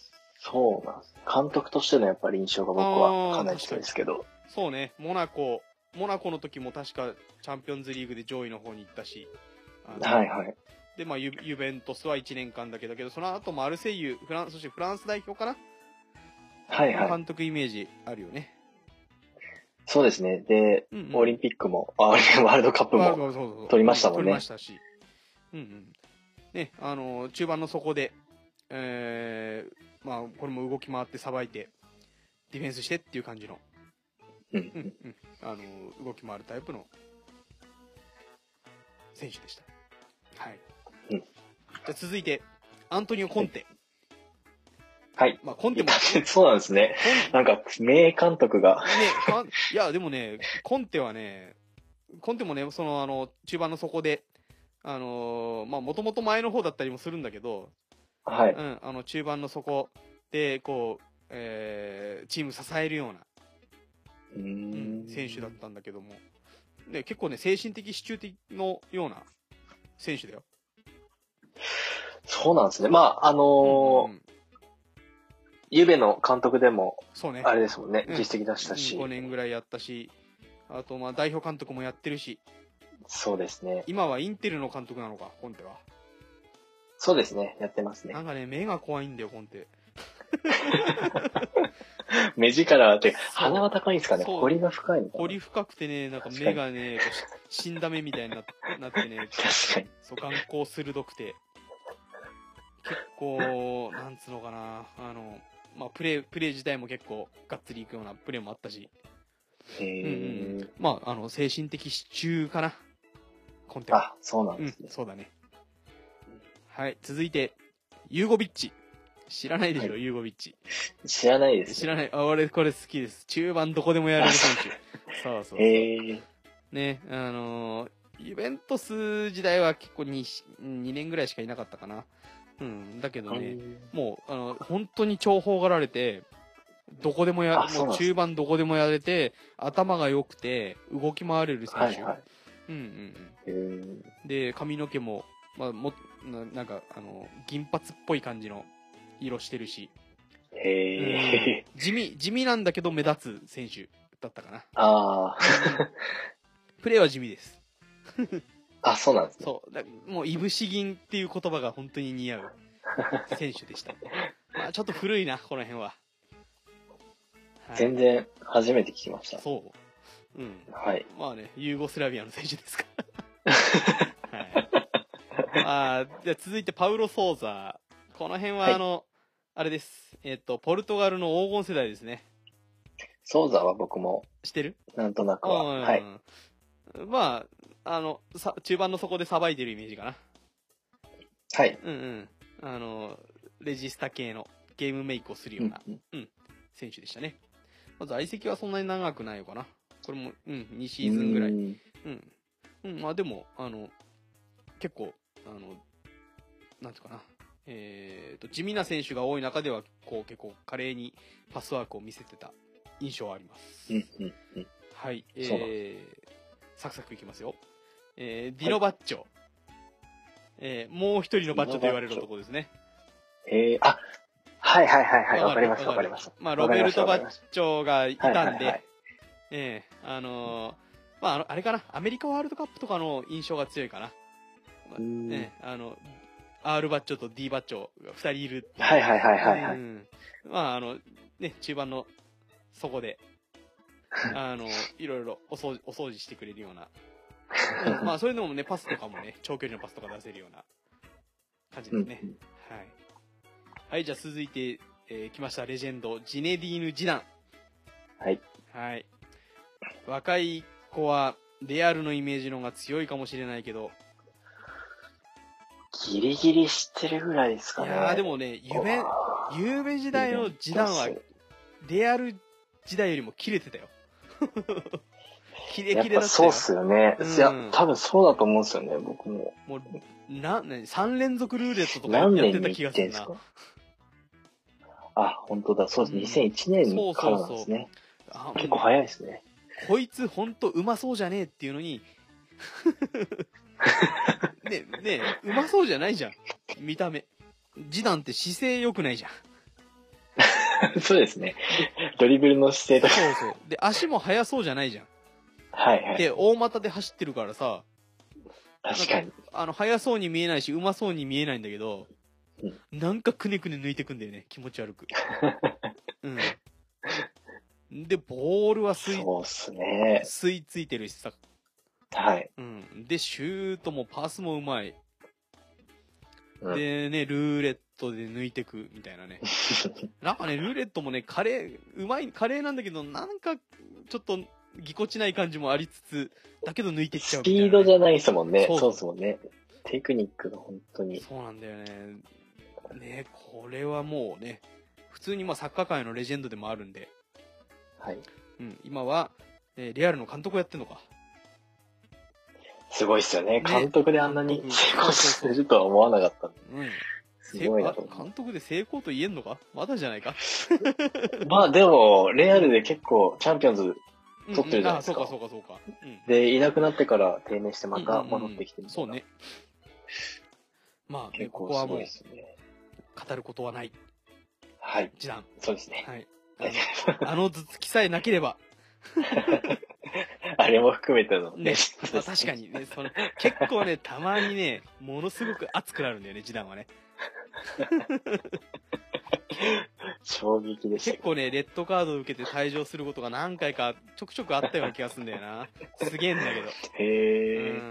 そうなんです。監督としてのやっぱり印象が僕はかなり強いですけど。 そうね、モナコ、モナコの時も確かチャンピオンズリーグで上位の方に行ったし。 はいはい。 で、まあユ、ユベントスはいちねんかんだけだけど、その後マルセイユ、フランス、そしてフランス代表かなはいはい。 監督イメージあるよね。 そうですね。で、うんうん、オリンピックも、あ、ワールドカップも取りましたもんね。 取りましたし。うんうん。ね、あのー、中盤の底で、えー、まあ、これも動き回ってさばいて、ディフェンスしてっていう感じの、 うんうんうん、あのー、動き回るタイプの選手でした。はい。 うん、 じゃあ続いて、アントニオ・コンテ。 はい。 まあ、コンテも。 そうなんですね。なんか、名監督が。 ね、かいや、でもね、コンテはね、コンテもね、その、あの、中盤の底で、あのー、まあ、もともと前の方だったりもするんだけど、 はい。 うん、あの、中盤の底で、こう、えー、チーム支えるような、 うん、 うん、選手だったんだけども、で、結構ね、精神的支柱的のような選手だよ。 そうなんですね。まあ、あのー、うんうん、ゆべの監督でも、 そうね。 あれですもんね、 うん、 実績出したし。 ごねんぐらいやったし、あと、まあ、代表監督もやってるし。 そうですね。 今はインテルの監督なのか、コンテは。 そうですね、やってますね。 なんかね、目が怖いんだよ、コンテ。 目力って、鼻は高いんですかね、彫りが深いのかな。 彫り深くてね、なんか目がね、こう死んだ目みたいになってね、 確かに。 そう、眼光鋭くて、結構、なんつうのかな、あの、まあ、プレー、プレー自体も結構、がっつりいくようなプレーもあったし。 へー。 うんうん、まあ、あの、精神的支柱かな。コンテは。 あ、そうなんですね。 うん、そうだね。はい、続いて、ユーゴビッチ。知らないでしょ、はい、ユーゴビッチ。 知らないです、ね。 知らない。あ、俺これ好きです。中盤どこでもやれる選手。そうそうそう。 へー。 ね、あのー、ユベントス時代は結構 2, 2年ぐらいしかいなかったかな。うん。だけどね、もう、あの、本当に重宝がられて、どこでもや、もう中盤どこでもやれて、頭が良くて、動き回れる選手。はいはい、うんうんうん。で、髪の毛も、まあ、もな、なんか、あの、銀髪っぽい感じの色してるし。 へー。地味、地味なんだけど目立つ選手だったかな。 ああ。 プレーは地味です。 あ、そうなんですね。 そう。だもう、いぶし銀っていう言葉が本当に似合う選手でした。まあ、ちょっと古いな、この辺は。 はい、全然、初めて聞きました。 そう。うん。 はい。 まあね、ユーゴスラビアの選手ですから。はい。 あじゃあ続いてパウロ・ソーザ。この辺はあの、はい、あれです。えっ、ー、と、ポルトガルの黄金世代ですね。 ソーザは僕も。 知ってる？ なんとなくは。はい。 まあ、あの、さ、中盤の底でさばいてるイメージかな。 はい。 うんうん。あの、レジスタ系のゲームメイクをするような、うん、うん、選手でしたね。まあ、在籍はそんなに長くないのかな。これも、うん、にシーズンぐらい。うん。うん、まあでも、あの、結構、あの、なんていうかな。えーと、地味な選手が多い中では、こう、結構、華麗にパスワークを見せてた印象はあります。 うんうんうん。 はい。えー、サクサクいきますよ。えー、ディノバッチョ。はい、えー、もう一人のバッチョと言われる男ですね。 えー、あ、はいはいはいはい、わかりましたわかりました。 まあ、ロベルト・バッチョがいたんで、はいはいはい、えー、あのー、まあ、あの、あれかな、アメリカワールドカップとかの印象が強いかな。まあ、ね、あの、R バッチョと D バッチョがふたりいる。 はいはいはいはい、はい。 まあ、あの、ね、中盤の底で、あの、いろいろお掃除、お掃除してくれるような。うん、まあ、それでもね、パスとかもね、長距離のパスとか出せるような感じですね。うんうん、はい。はい、じゃあ続いて、えー、来ました、レジェンド、ジネディーヌ・ジダン。 はい。 はい。若い子は、レアルのイメージの方が強いかもしれないけど、 ギリギリ知ってるぐらいですかね。 いやーでもね、夢、夢時代のジダンは、レアル時代よりも切れてたよ。キレキレだったよ。 やっぱそうっすよね。うん、いや、多分そうだと思うんですよね、僕も。 もう、な、な、さん連続ルーレットとかやってた気がするな。何年に行ってんすか？あ、 本当だ、そうです。にせんいちねんからなんですね。そうそうそう、結構早いですね。 こいつほんとうまそうじゃねえっていうのに、ね、ねうまそうじゃないじゃん。見た目。ジダンって姿勢良くないじゃん。そうですね。ドリブルの姿勢とか。 そうそう。で、足も速そうじゃないじゃん。 はいはい。 で、大股で走ってるからさ。 確かに。 あの、速そうに見えないし、うまそうに見えないんだけど、うん、なんかくねくね抜いてくんだよね。気持ち悪く。うん。で、ボールは吸い、 そうっすね。 吸い付いてるしさ。 はい。 うん。で、シュートもパスもうまい。うん、でね、ルーレットで抜いてくみたいなね。なんかね、ルーレットもね、カレー、うまい、カレーなんだけど、なんか、ちょっと、ぎこちない感じもありつつ、だけど抜いていっちゃうみたいな、ね。 スピードじゃないですもんね。そうですもんね。テクニックが本当に。 そうなんだよね。ね、これはもうね、普通にまあサッカー界のレジェンドでもあるんで。 はい。 うん、今は、えー、レアルの監督をやってんのか。 すごいっすよね。監督であんなに成功するとは思わなかった。うん。すごいなと思う。 監督で成功と言えんのか？まだじゃないか。 まあでも、レアルで結構チャンピオンズ取ってるじゃないですか。 うんうん、あ、そうかそうかそうか。 うん、で、いなくなってから低迷してまた戻ってきてる、 うんうんうん、そうね。まあ、ね、ここはもう、語ることはない。 はい。 ジダン。 そうですね。 はい。あの、あの頭突きさえなければ。 あれも含めてのね。まあ、確かにね、その、結構ね、たまにね、ものすごく熱くなるんだよね、ジダンはね。 衝撃でした。 結構ね、レッドカードを受けて退場することが何回かちょくちょくあったような気がするんだよな。すげえんだけど。 へー。うん。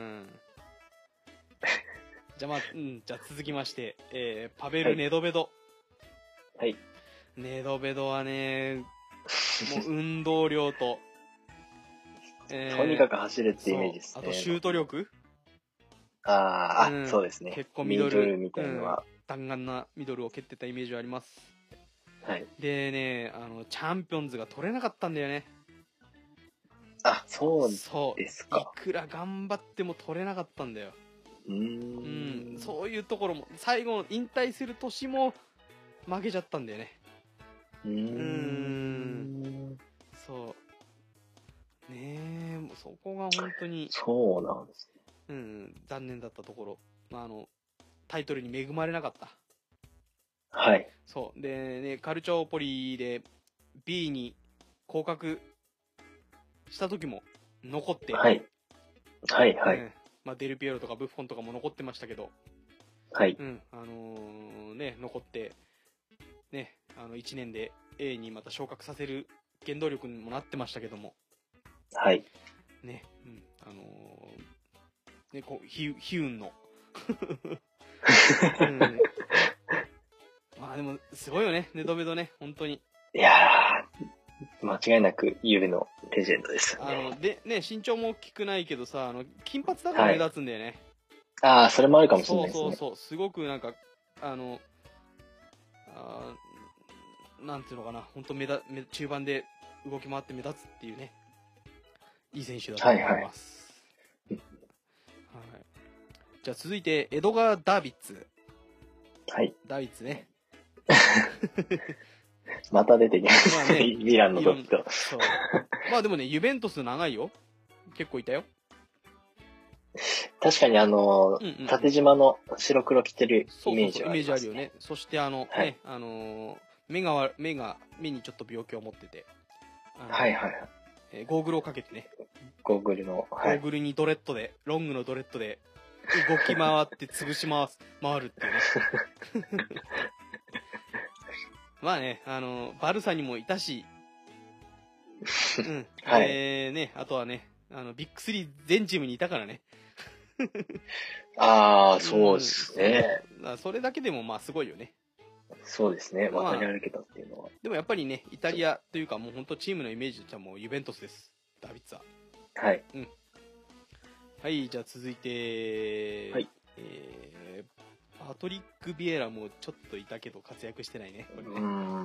じゃあまあ、うん、じゃあ続きまして、えー、パベル・ネドベド。 はい。 ネドベドはね、もう運動量と、 えー、とにかく走るってイメージですね。 あとシュート力。 ああ、うん、そうですね。 結構ミドル、 ミドルみたいなのは、 うん、弾丸なミドルを蹴ってたイメージはあります。 はい。 でね、あの、チャンピオンズが取れなかったんだよね。 あ、そうですか。 いくら頑張っても取れなかったんだよ。 うーん。 うん、そういうところも、最後の引退する年も負けちゃったんだよね。 うーん。うーんそう。ねえ、もうそこが本当に。 そうなんですね。 うん、残念だったところ。まあ、あの、タイトルに恵まれなかった。 はい。 そう。でね、カルチョーポリで B に降格した時も残って。 はい。はいはい。 うん、まあ、デルピエロとかブッフォンとかも残ってましたけど。 はい。 うん、あのー、ね、残って、ね、あの、いちねんで A にまた昇格させる原動力にもなってましたけども。 はい。 ね、うん、あのー、ね、こう、ヒュ、ヒューンのうん、まあでも、すごいよね、ネドベドね、本当に。 いやー、間違いなくユベのレジェンドですよね。 あの、で、ね、身長も大きくないけどさ、あの、金髪だから目立つんだよね。はい、 ああ、それもあるかもしれないですね。 そうそうそう、すごくなんか、あの、あなんていうのかな、本当目だ目中盤で動き回って目立つっていうね、いい選手だと思います。はい、はい、じゃあ続いて、エドガー・ダービッツ。 はい。 ダービッツね。 また出てきました、ね、ミランの時と。 そう。まあでもね、ユベントス長いよ。結構いたよ。 確かにあの、うんうんうん、縦縞の白黒着てるイメージはありますね。そうそうそう、イメージあるよね。そしてあの、はい、ね、あのー、目が、目が、目にちょっと病気を持ってて。 はいはいはい。 えー、ゴーグルをかけてね。 ゴーグルの、 はい、ゴーグルにドレッドで、ロングのドレッドで、動き回って潰し回す、回るっていうね。まあね、あの、バルサにもいたし、うん。はい。えー、ね、あとはね、あの、ビッグスリー全チームにいたからね。 ああ、そうですね。 うん、それだけでもまあすごいよね。 そうですね。渡り歩けたっていうのは、まあ。 でもやっぱりね、イタリアというかもう本当チームのイメージとしてはもうユベントスです。ダービッツは。 はい。 うん。はい、じゃあ続いて、 はい。 えー、パトリック・ビエラもちょっといたけど活躍してないね。これね、 うん、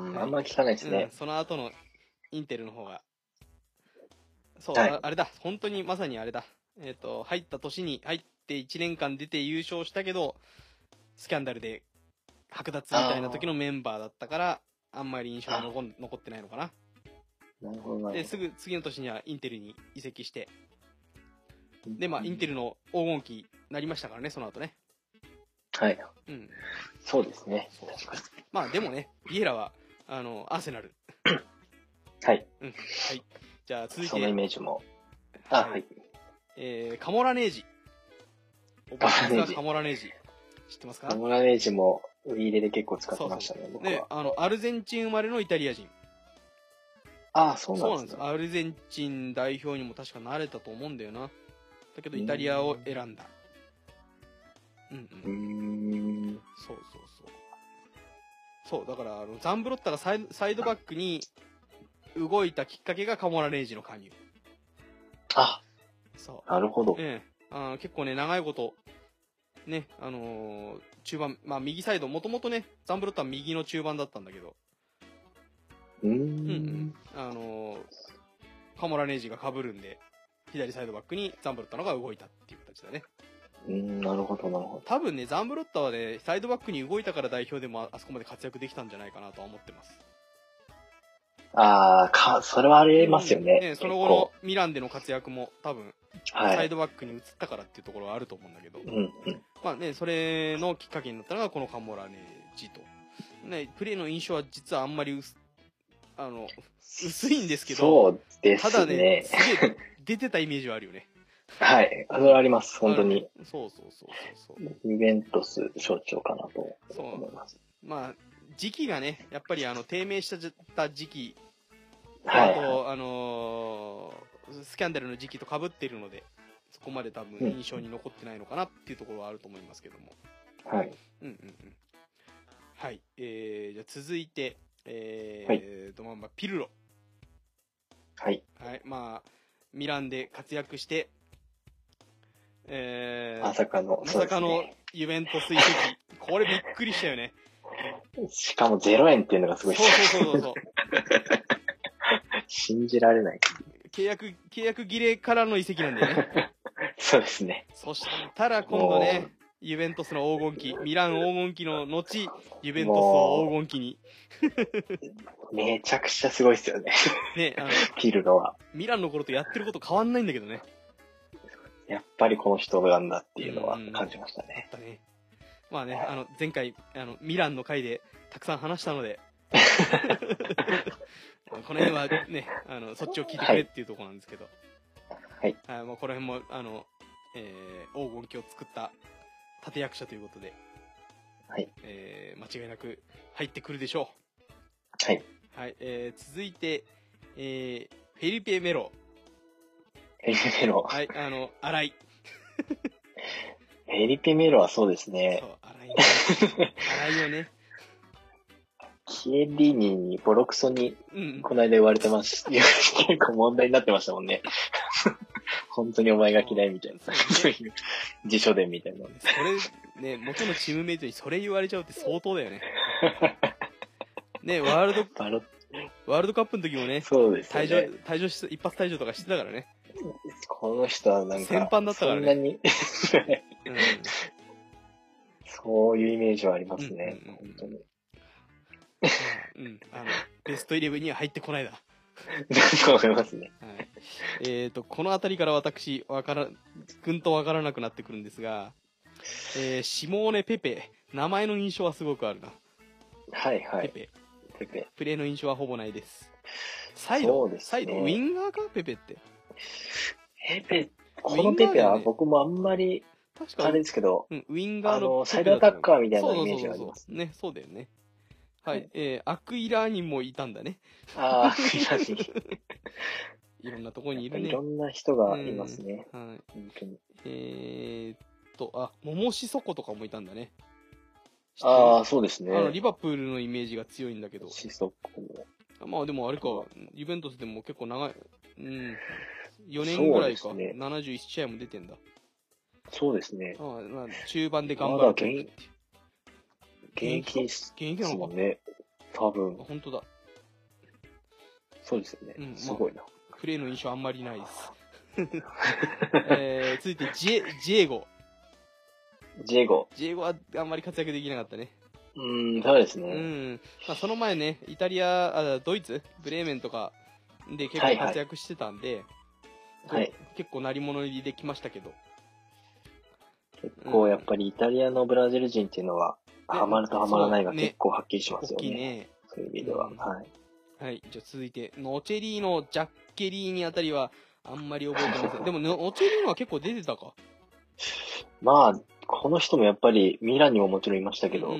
はい、あんまり聞かないですね、 うん。その後のインテルの方が。そう、はい、あ, あれだ。本当にまさにあれだ。えっ、ー、と、入った年に入っていちねんかん出て優勝したけど、スキャンダルで剥奪みたいな時のメンバーだったから、あんまり印象に残残ってないのかな。 なるほど。 で、すぐ次の年にはインテルに移籍して、で、まあ、インテルの黄金期になりましたからね、その後ね。 はい。うん。そうですね。 そう確かに。まあ、でもね、ビエラは、あの、アーセナル。 はい。 うん。はい。じゃあ、続いて。 そのイメージも。あ、はい。はい、 えー、カモラネージ。 カモラネージ。 カモラネージ。知ってますか？ カモラネージも、ウィーレで結構使ってましたね、そうそう僕は。 で、あの、アルゼンチン生まれのイタリア人。 ああ、そうなんですね。そうなんです。 アルゼンチン代表にも確かなれたと思うんだよな。だけど、イタリアを選んだ。うんうん。うんそうそうそう。そう、だから、あのザンブロッタがサイサイドバックに動いたきっかけがカモラネージの加入。 あ、 そう。 なるほど。 ええ。あ結構ね、長いこと、ね、あのー、中盤、まあ右サイド、もともとね、ザンブロッタは右の中盤だったんだけど、 うん。うんうん。あのー、カモラネージが被るんで、左サイドバックにザンブロッタのが動いたっていう形だね。 うん、なるほど、なるほど。 多分ね、ザンブロッタはね、サイドバックに動いたから代表でもあそこまで活躍できたんじゃないかなとは思ってます。 ああ、か、それはありますよね。うん、 ね、その後のミランでの活躍も多分、はい、サイドバックに移ったからっていうところはあると思うんだけど、 うんうん、 まあね、それのきっかけになったのがこのカモラネージと。ね、プレーの印象は実はあんまり薄、あの、薄いんですけど、 そうですね。 ただね、すげえ出てたイメージはあるよね。 はい、それはあります、本当に。 そうそうそうそう。 ユベントス象徴かなと思います。 まあ、時期がね、やっぱりあの低迷した時期、 はい、 あと、あのー、スキャンダルの時期と被っているので、そこまで多分印象に残ってないのかなっていうところはあると思いますけども。 はい。 うんうんうん。はい。えー、じゃあ続いて、えー、はい、えーと、まあ、ピルロ。 はい。 はい。まあ、ミランで活躍して、えー、 まさかの、 まさかのユベントス移籍。これびっくりしたよね。 しかもゼロえんっていうのがすごいです。 そうそうそうそう。 信じられない。 契約、契約切れからの移籍なんだよね。 そうですね。 そしたら今度ね、ユベントスの黄金期、ミラン黄金期の後、ユベントスを黄金期に。 めちゃくちゃすごいですよね。 ね、あの、 ピルロは。 ミランの頃とやってること変わんないんだけどね。 やっぱりこの人なんだっていうのは感じましたね。 うんうん、ねまあね、あの、前回、あの、ミランの回でたくさん話したので、この辺はね、あの、そっちを聞いてくれっていうところなんですけど、 はい。 はい、もうこの辺も、あの、えー、黄金期を作った立役者ということで、 はい。 えー、間違いなく入ってくるでしょう。はい。 はい、えー、続いて、えー、フェリペ・メロ。 フェリペ・メロ。 はい、あの、荒井。 フェリペ・メロはそうですね。 そう、荒いね。荒いよね。 キエリーニにボロクソに、この間言われてます。うん、結構問題になってましたもんね。本当にお前が嫌いみたいな。そういう辞書伝みたいな。 それ、ね、元のチームメイトにそれ言われちゃうって相当だよね。ね、ワールド、ワールドカップの時もね、 そうですね。 退場、退場し、一発退場とかしてたからね。 この人はなんか、 先般だったからね。 そんなに、うん、そういうイメージはありますね。うんうんうん、本当に。 うん、あの、ベストイレブンには入ってこないだ。 そう思いますね。 はい。えっと、この辺りから私、わから、ぐんとわからなくなってくるんですが、えー、シモーネ・ペペ、名前の印象はすごくあるな。 はいはい。 ペペ。 ペペ。 プレーの印象はほぼないです。サイド、 そうですね、 サイド、ウィンガーかペペって。 ペペ、このペペは僕もあんまり、 確かあれですけど、 うん、ウィンガーのあの、サイドアタッカーみたいなイメージがあります。 ね、そうだよね。はい、えー、アクイラーニンもいたんだね。 ああ、アクイラーニン。 いろんなところにいるね。 いろんな人がいますね。 はい。 本当に。 えーっと、あ、桃シソコとかもいたんだね。 ああ、そうですね。 あの、リバプールのイメージが強いんだけど。 シソコも。 まあでもあれか、ユベントスでも結構長い、うん、よねんぐらいか、ね、ななじゅういち試合も出てんだ。 そうですね。 ああ、まあ、中盤で頑張るっていう。 現役現役なのかね。多分。 本当だ。 そうですよね。うん、すごいな、まあ。プレーの印象あんまりないです。えー、続いてジエ、ジエゴ。 ジエゴ。 ジエゴはあんまり活躍できなかったね。 うーん、そうですね。 うん。まあ、その前ね、イタリア、あドイツ、ブレーメンとかで結構活躍してたんで、 はい、はい、 結構鳴り物入りできましたけど。 結構やっぱりイタリアのブラジル人っていうのは、ハマるとハマらないが結構はっきりしますよね。ね、そういう意味では、うん。はい。 はい。じゃあ続いて、ノチェリーノ、ジャッケリーニあたりは、あんまり覚えてません。でも、ノチェリーノは結構出てたか。 まあ、この人もやっぱり、ミランにももちろんいましたけど、うんうんうん、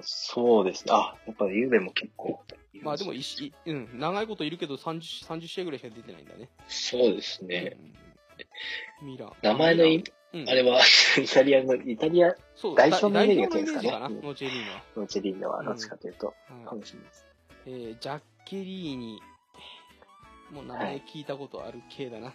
そうですね。あ、やっぱりユーベも結構。 まあでもいし、うん、長いこといるけどさんじゅう、さんじゅう試合ぐらいしか出てないんだね。 そうですね。 うん、ミラン。 名前のい、うん、あれは、イタリアの、イタリア、代表のイメージが強いですかね。かなノチェリーノは。 ノチェリーノは、どっちかというと、うん、かもしれないです。 えー、ジャッケリーニ、もう名前聞いたことある系だな。はい、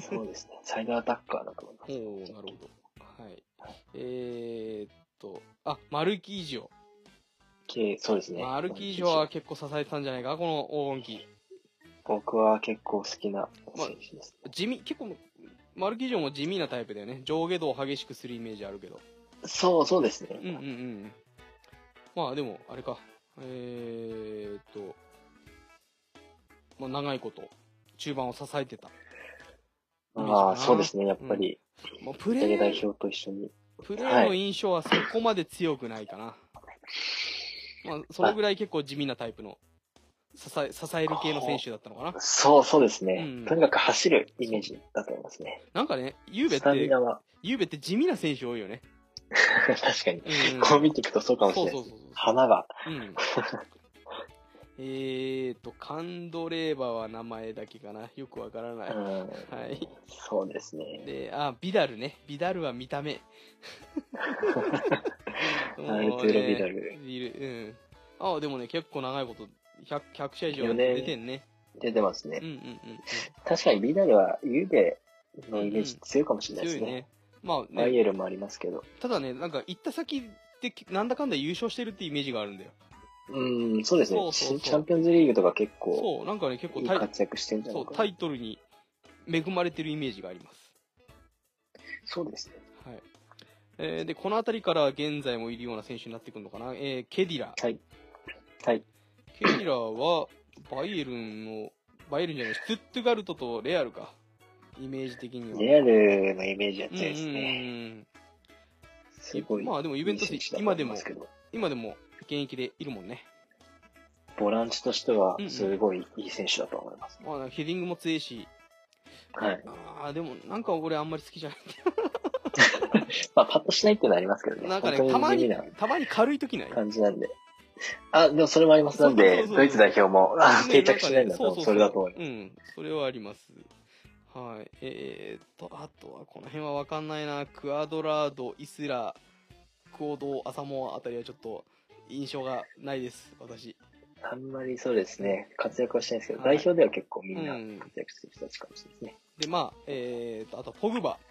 そうですね。サイドアタッカーだと思います。 おー、なるほど。はい。えー、っと、あ、マルキージオ。 そうですね。 マルキージョは結構支えてたんじゃないか、この黄金期。 僕は結構好きな選手です、ね。 まあ、地味、結構、マルキージョも地味なタイプだよね。上下動を激しくするイメージあるけど。 そう、そうですね。 うんうんうん。まあでも、あれか。えー、っと、まあ長いこと、中盤を支えてた。 ああ、そうですね、やっぱり。 うん、まあ、プレー、 代表と一緒に。 プレーの印象はそこまで強くないかな。はいまあ、そのぐらい結構地味なタイプの支え、支える系の選手だったのかな。 そう、そうですね。うん、とにかく走るイメージだと思いますね。 なんかね、ゆうべって、ゆうべって地味な選手多いよね。 確かに、うん。こう見ていくとそうかもしれない。そうそうそうそう花が。うん。 えーと、カンドレーバは名前だけかな。よくわからない。うん、はい。 そうですね。 で、あ、ビダルね。ビダルは見た目。 アルトゥロ・ビダル。 うん。あ、でもね、結構長いこと、ひゃく、ひゃく試合以上出てんね。 出てますね。うんうんうん、うん。確かにビダルはユーベのイメージ強いかもしれないですね。強いね。まあね。バイエルもありますけど。 ただね、なんか行った先でなんだかんだ優勝してるってイメージがあるんだよ。 うん、そうですね。そうそうそうチャンピオンズリーグとか結構、 そう、なんかね、結構いい活躍してるんじゃないかな。 そう、タイトルに恵まれてるイメージがあります。 そうですね。 はい。えー、で、この辺りから現在もいるような選手になってくるのかな。えー、ケディラ。 はい。はい。 ケディラは、バイエルンの、バイエルンじゃない、ストゥットガルトとレアルか。イメージ的には。 レアルのイメージは強いですね。すごい。 まあでもイベントで今でも、今でも現役でいるもんね。 ボランチとしては、すごいいい選手だと思います。 うんうん、まあ、ヘディングも強いし。 はい。 ああ、でもなんか俺あんまり好きじゃない。 まあ、パッとしないっていうのはありますけどね。 なんかね、たまに、たまに軽い時ない感じなんで。あ、でもそれもあります。なんで、ドイツ代表も定着しないんだと、それだと思います。 うん、それはあります。 はい。えー、っと、あとはこの辺はわかんないな。クアドラード、イスラ、クオド、アサモアあたりはちょっと印象がないです、私。 あんまりそうですね、うん、活躍はしてないですけど、はい、代表では結構みんな活躍してる人たちかもしれないですね。 うん、で、まあ、えー、っと、あと、ポグバ。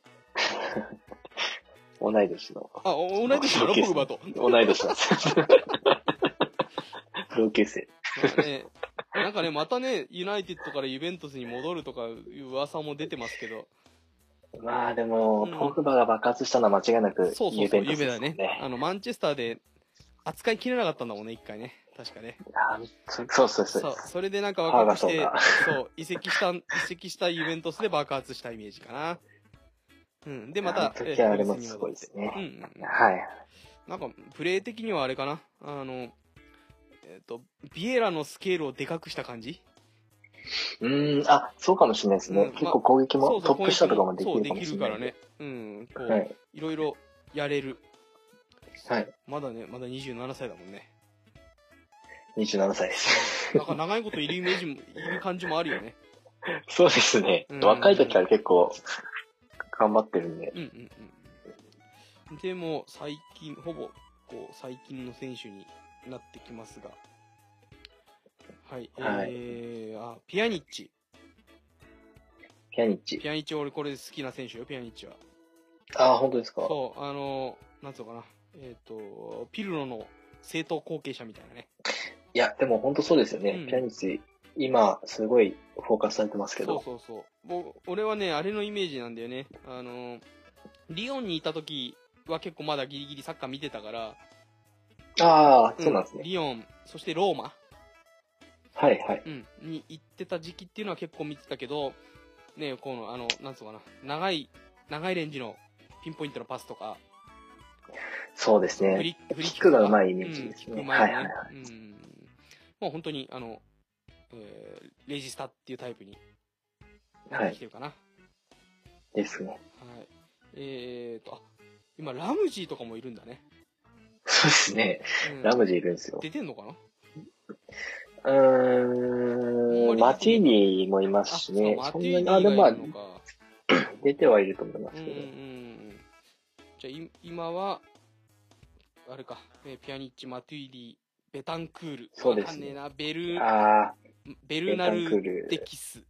同い年の。 あ、同い年のポグバと。 同い年なんですよ。同級生。 まあね、なんかね、またね、ユナイテッドからユベントスに戻るとかいう噂も出てますけど。 まあでも、うん、ポグバが爆発したのは間違いなくユベントスですね。そうそうそう、 夢だね。あの、マンチェスターで扱いきれなかったんだもんね、一回ね。確かね。 あそうそうそうそう。 それでなんか若くして、そう、移籍した、移籍したユベントスで爆発したイメージかな。うん。で、また、 えー、あれもすごいですね。うんうん。はい。 なんか、プレー的にはあれかな。あの、えっと、ビエラのスケールをでかくした感じ？ うーん、あ、そうかもしれないですね。うん、結構攻撃も、トップ下とかもできるかもしれない。 そう、できるからね。うん、こう、はい、いろいろやれる。 はい。 まだね、まだにじゅうななさいだもんね。 にじゅうななさいです。 なんか長いこといるイメージも、いる感じもあるよね。 そうですね。うん、若い時から結構、頑張ってるんで。 うんうんうん。でも、最近、ほぼ、こう、最近の選手になってきますが。はい。はい、えー、あ、ピアニッチ。 ピアニッチ。 ピアニッチ、俺これ好きな選手よ、ピアニッチは。 ああ、本当ですか？ そう、あのー、なんつうのかな。えっ、ー、と、ピルロの正統後継者みたいなね。 いや、でも本当そうですよね。うん、ピアニッチ、今、すごいフォーカスされてますけど。 そうそうそう。俺はね、あれのイメージなんだよね。あのー、リオンにいた時は結構まだギリギリサッカー見てたから。 ああ、そうなんですね、 うん。リオン、そしてローマ。 はいはい。 うん。に行ってた時期っていうのは結構見てたけど、ね、この、あの、なんつうかな。長い、長いレンジのピンポイントのパスとか。 そうですね。フリック、フリックがうまいイメージですね。うん、はいはいはい。うん。 もう本当に、あの、えー、レジスタっていうタイプになってきてるかな。はい、 ですね。 はい。えーと、あ、今、ラムジーとかもいるんだね。 そうですね。うん、ラムジーいるんですよ。 出てんのかな？ うーん、マティーニもいますしね。 そんなに、あ、でもまあ、 出てはいると思いますけど。うんうんうん、 じゃあ、今は、あれか、えー、ピアニッチ、マティーニ、ベタンクール。 そうですね。 わかんねえな、ベル、 あベルナルデキス。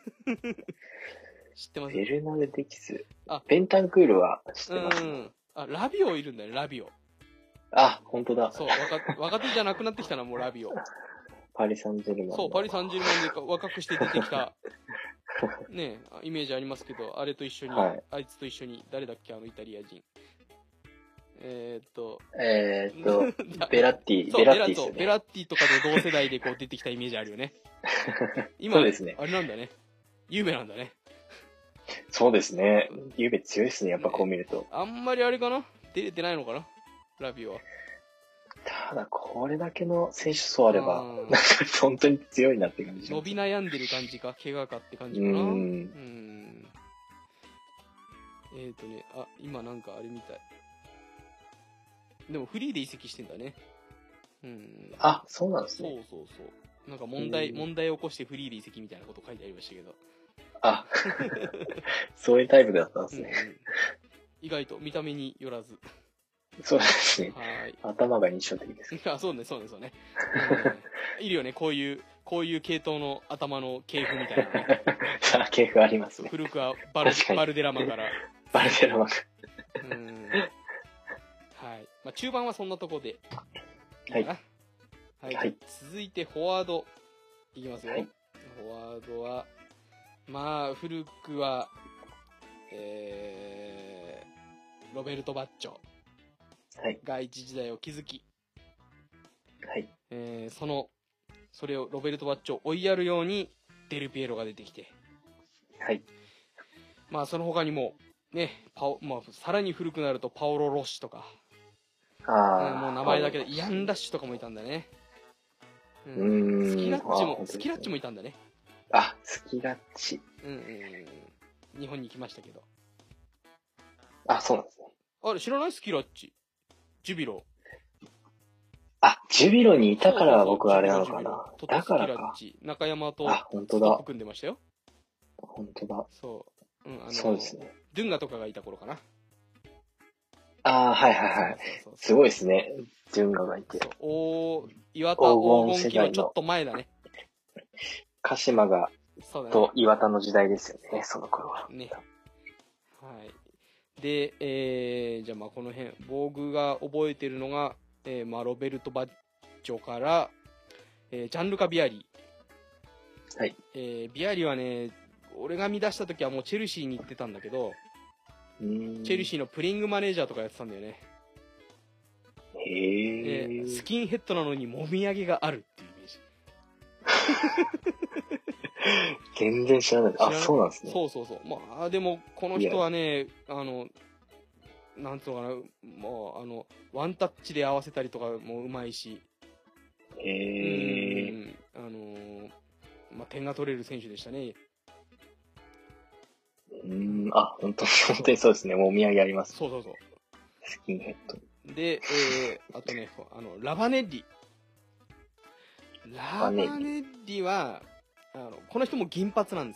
知ってます？ ベルナルデキス。あ、ベンタンクールは知ってます、ね。うん。 あ、ラビオいるんだよね、ラビオ。 あ、本当だ。 そう、若, 若手じゃなくなってきたな、もうラビオ。 パリ・サンジェルマン。 そう、パリ・サンジェルマンで若くして出てきた、ね、イメージありますけど、あれと一緒に、はい、あいつと一緒に、誰だっけ、あのイタリア人。えー、っと、 えー、っと、ベラッティ、ベラッティですよね。 ベラッティとかと同世代でこう出てきたイメージあるよね。今、 そうですね。 あれなんだね。有名なんだね。 そうですね。ゆうべ強いですね、やっぱこう見ると。ね、 あんまりあれかな出れてないのかなラビオは。 ただ、これだけの選手層あれば、なんか本当に強いなって感じ。 伸び悩んでる感じか、怪我かって感じかな。うん。うんえっ、ー、とね、あ、今なんかあれみたい。でもフリーで移籍してんだね。うん。 あ、そうなんですね。 そうそうそう。なんか問題、問題を起こしてフリーで移籍みたいなこと書いてありましたけど。 あ、そういうタイプだったんですね。 うんうん、意外と見た目によらず。 そうですね。 はい。 頭が印象的です。 あ、そうね、そうね、そうね。うん、いるよね、こういう、こういう系統の頭の系譜みたいなね。 系譜ありますね。 古くはバルバルデラマから。 バルデラマから。 うん。はい。まあ、中盤はそんなとこでいいかな。はい。はい、続いてフォワードいきますよ。はい、フォワードは、まあ、古くは、えー、ロベルト・バッチョが一時代を築き、 はい、 えー、その、それをロベルト・バッチョを追いやるようにデルピエロが出てきて、 はい、 まあその他にもね、パオ、まあ、さらに古くなるとパオロ・ロッシとか、 あ、 うん、もう名前だけでイアン・ラッシュとかもいたんだね。 うん、 スキラッチも、スキラッチもいたんだね。 あ、スキラッチ。 うんうんうん。日本に来ましたけど。 あ、そうなんですね。 あれ、知らないスキラッチ。ジュビロ。 あ、ジュビロにいたから僕はあれなのかな。だからか。 中山とあ、本当だ。 組んでましたよ。 本当だ。 そう。うん、あの、 そうですね。 ドゥンガとかがいた頃かな。 ああ、はいはいはい。すごいですね。ドゥンガがいて。 お岩田黄金期のちょっと前だね。 鹿島が、そうだね、と岩田の時代ですよね、その頃は。ね。 はい。で、えー、じゃあまあこの辺、僕が覚えてるのが、えー、まあロベルト・バッジョから、えー、ジャンルカ・ビアリー。はい。 えー、ビアリはね、俺が見出した時はもうチェルシーに行ってたんだけど、チェルシーのプレイングマネージャーとかやってたんだよね。 へー。 えー、スキンヘッドなのにもみあげがあるっていうイメージ。 全然知らない。あ、そうなんですね。 そうそうそう。まあ、でも、この人はね、あの、なんつうのかな、もう、あの、ワンタッチで合わせたりとかもうまいし。 へー。 あのー、まあ、点が取れる選手でしたね。 うん、あ、本当に、本当にそうですね。もうお土産あります。 そうそうそう。 スキンヘッド。 で、えー、あとね、あの、ラバネッリ。ラバネッリは、あの、この人も銀髪なんです。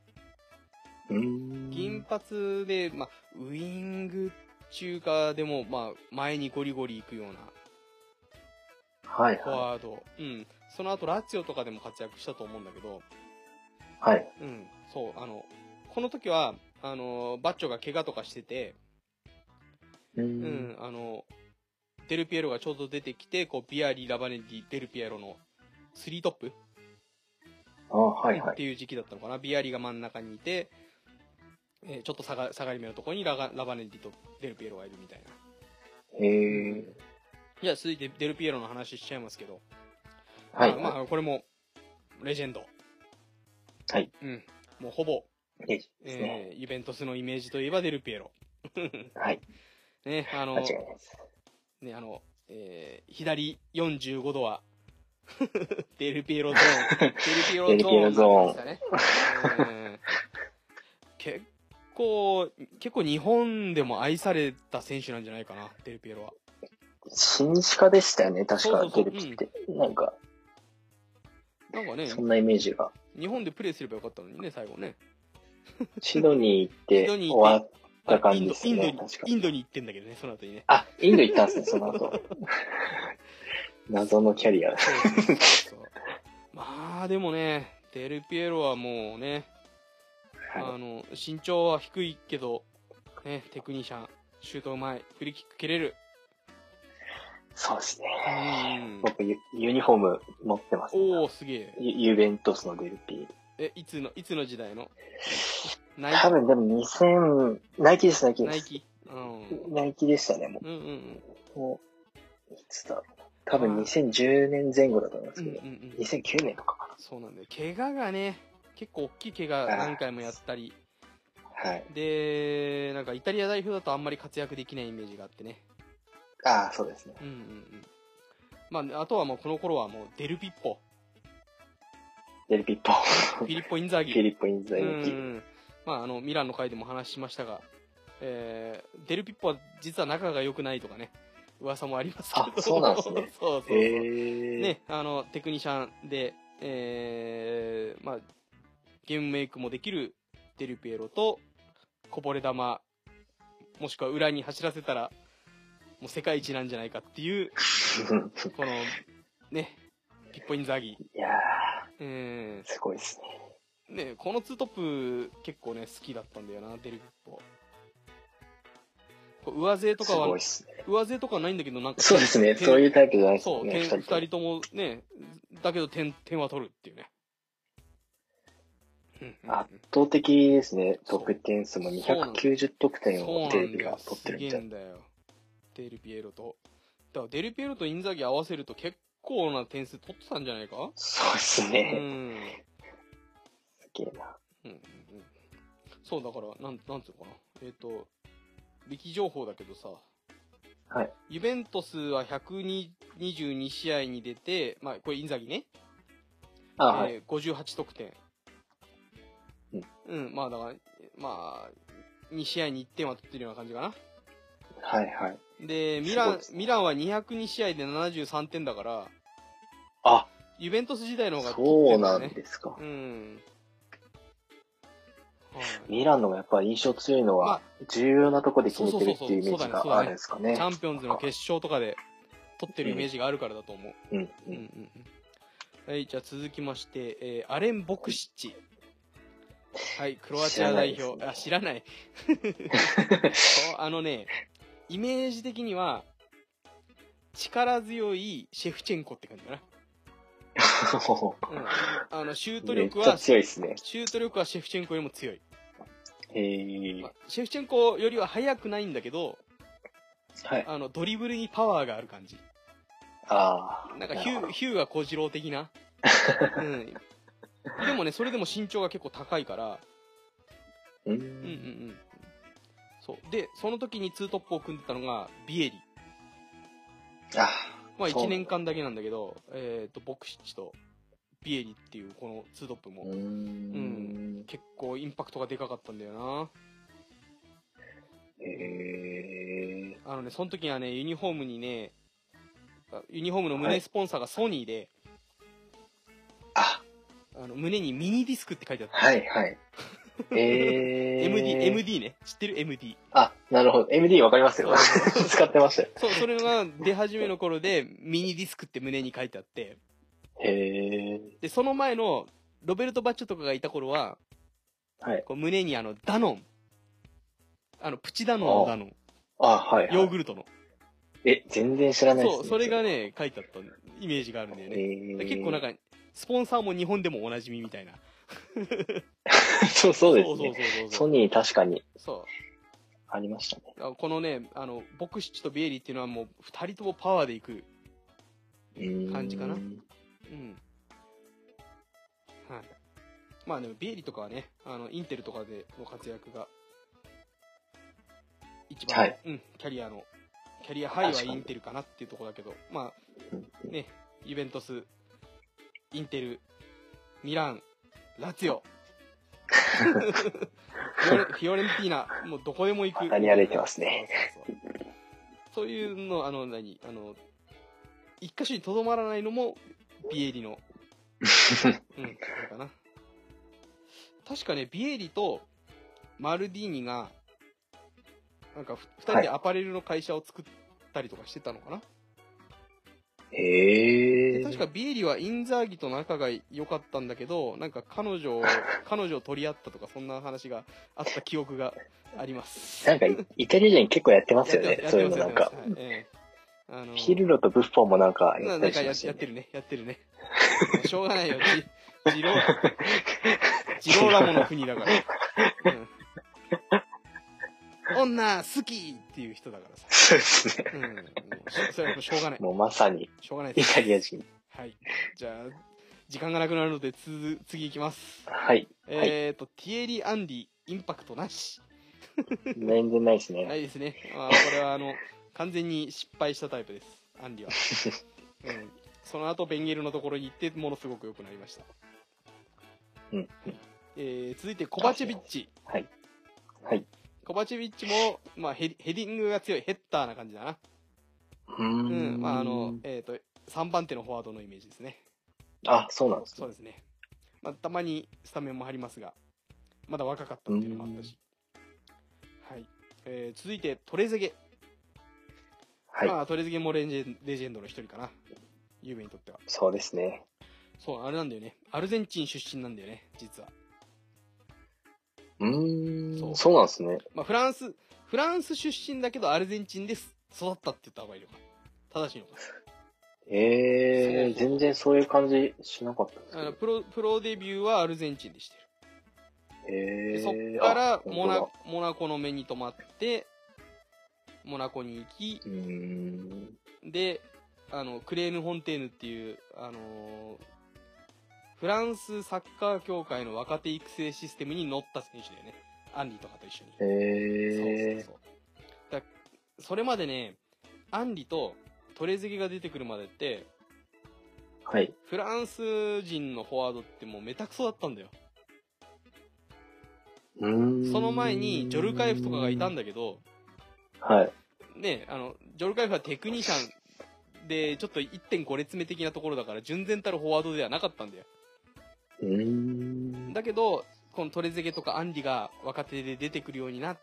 うん銀髪で、まあ、ウイング中華でも、まあ、前にゴリゴリ行くような、 はい、はい。 フォワード。うん。その後、ラツィオとかでも活躍したと思うんだけど、 はい。 うん。そう、あの、この時は、あの、バッチョが怪我とかしてて、 うん、 うん、あの、デルピエロがちょうど出てきて、こう、ビアリ、ラバネッリ、デルピエロのスリートップあ、はいはい。 っていう時期だったのかな。ビアリが真ん中にいて、えー、ちょっと下が下がり目のところにラガラバネッリとデルピエロがいるみたいな。 へー。 じゃあ続いてデルピエロの話しちゃいますけど。 はい。 まあ、まあ、これも、レジェンド。 はい。 うん。もうほぼ、 レジェンドですね。 えー、ユベントスのイメージといえばデルピエロ。 はい。 ね、あの、 間違いないです。 ね、あの、えー、左よんじゅうごどは、デルピエロゾーン。デルピエロゾーン。デルピエロゾーン。ね、えー、結構、結構日本でも愛された選手なんじゃないかな、デルピエロは。 新歯科でしたよね、確か、デルピって。うん、なんか、 なんかね、 そんなイメージが。 日本でプレーすればよかったのにね、最後ね。 シドニー行って終わった感じですね、 インドに、 確かインドに行ってんだけどね、その後にね。 あ、インド行ったんですね、その後。謎のキャリア。そうそうそうまあ、でもね、デルピエロはもうね、はい、あの、身長は低いけど、ね、テクニシャン、シュートうまい、フリーキック蹴れる。 そうですね。僕ユ、ユニフォーム持ってます、ね。 おー、すげえ。 ユベントスのデルピー。 え、いつの、いつの時代のナイキ多分でもにせん、ナイキです、ナイキです。 ナイキ。 うん。ナイキでしたね、もう。 うんうんうん。 もう、いつだろう。多分にせんじゅうねんぜん後だと思いますけど、うんうんうん、にせんきゅうねんとかかな。 そうなんだよ。怪我がね、結構大きい怪我何回もやったり。 はい。 で、なんかイタリア代表だとあんまり活躍できないイメージがあってね。 ああ、そうですね。 うんうんうん。まあ、あとはもうこの頃はもうデルピッポ。 デルピッポ。 フィリッポ・インザーギ。 フィリッポ・インザーギ。うんうんまあ、あの、ミランの回でも話しましたが、えー、デルピッポは実は仲が良くないとかね、噂もありますけど。 あ、そうなんですね。 そうそうそう。 へー。 ね、あの、テクニシャンで、えー、まあ、ゲームメイクもできるデルピエロと、こぼれ球、もしくは裏に走らせたら、もう世界一なんじゃないかっていう、この、ね、ピッポインザーギ。 いやー、 えー、 すごいですね。ね、このツートップ結構ね、好きだったんだよな、デルピッポ。上背とかは、ね、上背とかないんだけど、なんか。 そうですね、そういうタイプじゃないですね。そう、二人ともね、だけど点、点は取るっていうね。 圧倒的ですね、得点数もにひゃくきゅうじゅう得点をデルピが取ってるみたいな。 すげえんだよ。デルピエロと。だからデルピエロとインザギ合わせると結構な点数取ってたんじゃないか？ そうですね。 うん。 すげえな。 うんうんうん。そう、だから、なん、なんつうのかな。えっと、力情報だけどさ。 はい。 ユベントスはひゃくにじゅうに試合に出て、まあ、これインザギね。 ああ、 えー、ごじゅうはち得点。 うん。 うん、まあだから、まあ、に試合にいってんは取ってるような感じかな。 はいはい。 で、ミラン、ミランはにひゃくに試合でななじゅうさんてんだから、 あ、 ユベントス時代の方が取ってるんだね。そうなんですか。 うん。 ミランのがやっぱり印象強いのは、重要なとこで決めてるっていうイメージがあるんですかね。 チャンピオンズの決勝とかで取ってるイメージがあるからだと思う。 うん。うんうんうん。 はい、じゃあ続きまして、えー、アレン・ボクシッチ。はい、クロアチア代表。あ、知らない。あのね、イメージ的には、力強いシェフチェンコって感じかな。うん、あのシュート力は強いですね。 シュート力はシェフチェンコよりも強い。 へー、 まあ、シェフチェンコよりは速くないんだけど、 はい、 あのドリブルにパワーがある感じ。 ああ。 なんかヒューヒューが小次郎的な。うん。でもね、それでも身長が結構高いから。 うん。うんうんうん。そうで、その時にツートップを組んでたのがビエリ。 あ。 まあいちねんかんだけなんだけど、えっとボクシッチとビエリっていうこのツートップも、 うん、うん、 結構インパクトがでかかったんだよな。 へえ。 あのね、その時はね、ユニフォームにね、ユニフォームの胸スポンサーがソニーで、 はい、 あの胸にミニディスクって書いてあった。 はいはい。えー、 エムディー、エムディー ね。知ってる エムディー。 あ、なるほど。エムディー わかりますよ。使ってましたよ。 そう、それが出始めの頃で、ミニディスクって胸に書いてあって。 へー。 で、その前の、ロベルト・バッチョとかがいた頃は、 はい。 こう胸にあの、ダノン。あの、プチダノンのダノン。 あ、はい、はい。 ヨーグルトの。 え、全然知らないですね。 そう、それがね、書いてあったイメージがあるんだよね。結構なんか、スポンサーも日本でもおなじみみたいな。 そうそうですね。そうそうそうそうソニー確かに。 そう。 ありましたね。 このね、あの、ボクシッチとビエリっていうのはもう二人ともパワーでいく感じかな。うん。うん。はい。まあでもビエリとかはね、あの、インテルとかでの活躍が、一番、はい、うん、キャリアの、キャリアハイはインテルかなっていうところだけど、まあ、ね、ユベントス、インテル、ミラン、ラツィオ、フィオレンティーナ、もうどこでも行く。 何歩いてますね。 そうそうそう。そういうの、あの、何、あの、一箇所にとどまらないのも、ビエリの、うん、あれかな。確かね、ビエリとマルディーニが、なんかふたりでアパレルの会社を作ったりとかしてたのかな。 へえ。 確かビエリはインザーギと仲が良かったんだけど、なんか彼女を彼女を取り合ったとかそんな話があった記憶があります。 なんかイタリア人結構やってますよね。そういうのなんか。はい、えー、あのー、ヒルロとブッフォンもなんかやったりしましたよね。なんかやってるね、やってるね。しょうがないよ。ジジロージローラモの国だから。うん女好きっていう人だからさ。 そうですね。 うん。それはもうしょうがない。 もうまさに。 しょうがないです。 イタリア人。 はい。じゃあ、時間がなくなるので、つ次いきます。 はい。 えっと、ティエリ・アンディ、インパクトなし。 全然ないですね。 ないですね。まあ、これはあの、完全に失敗したタイプです。アンディは。うん。その後、ベンゲルのところに行って、ものすごく良くなりました。 うん。 えー、続いて、コバチェビッチ。 はい。はい。 コバチェビッチも、まあヘ、ヘディングが強いヘッダーな感じだな。 うん。 うん。まあ、あの、えっと、さんばん手のフォワードのイメージですね。 あ、そうなんですね。 そうですね。まあ、たまにスタメンも張りますが、まだ若かったっていうのもあったし。はい。えー、続いて、トレゼゲ。はい。まあ、トレゼゲもレジェレジェンドの一人かな。有名にとっては。 そうですね。 そう、あれなんだよね。アルゼンチン出身なんだよね、実は。 うーん、そう、そうなんですね。 まあ、フランス、フランス出身だけどアルゼンチンで育ったって言った方がいいのか。正しいのか。 ええー、全然そういう感じしなかったんですけど。 プロ、プロデビューはアルゼンチンでしてる。ええー。 そっからモナ、モナコの目に留まって、モナコに行き、 うーんで、あの、クレーヌ・フォンテーヌっていう、あのー、フランスサッカー協会の若手育成システムに乗った選手だよね。アンリとかと一緒に。 へー。 そうそうそう。だそれまでね、アンリとトレゼゲが出てくるまでって、 はい。 フランス人のフォワードってもうメタクソだったんだよ。 うーん。 その前にジョルカエフとかがいたんだけど、 はい。 ね、あの、ジョルカエフはテクニシャンで、ちょっと いってんご 列目的なところだから、純然たるフォワードではなかったんだよ。 うーん。 だけど、 このトレゼゲとかアンリが若手で出てくるようになって、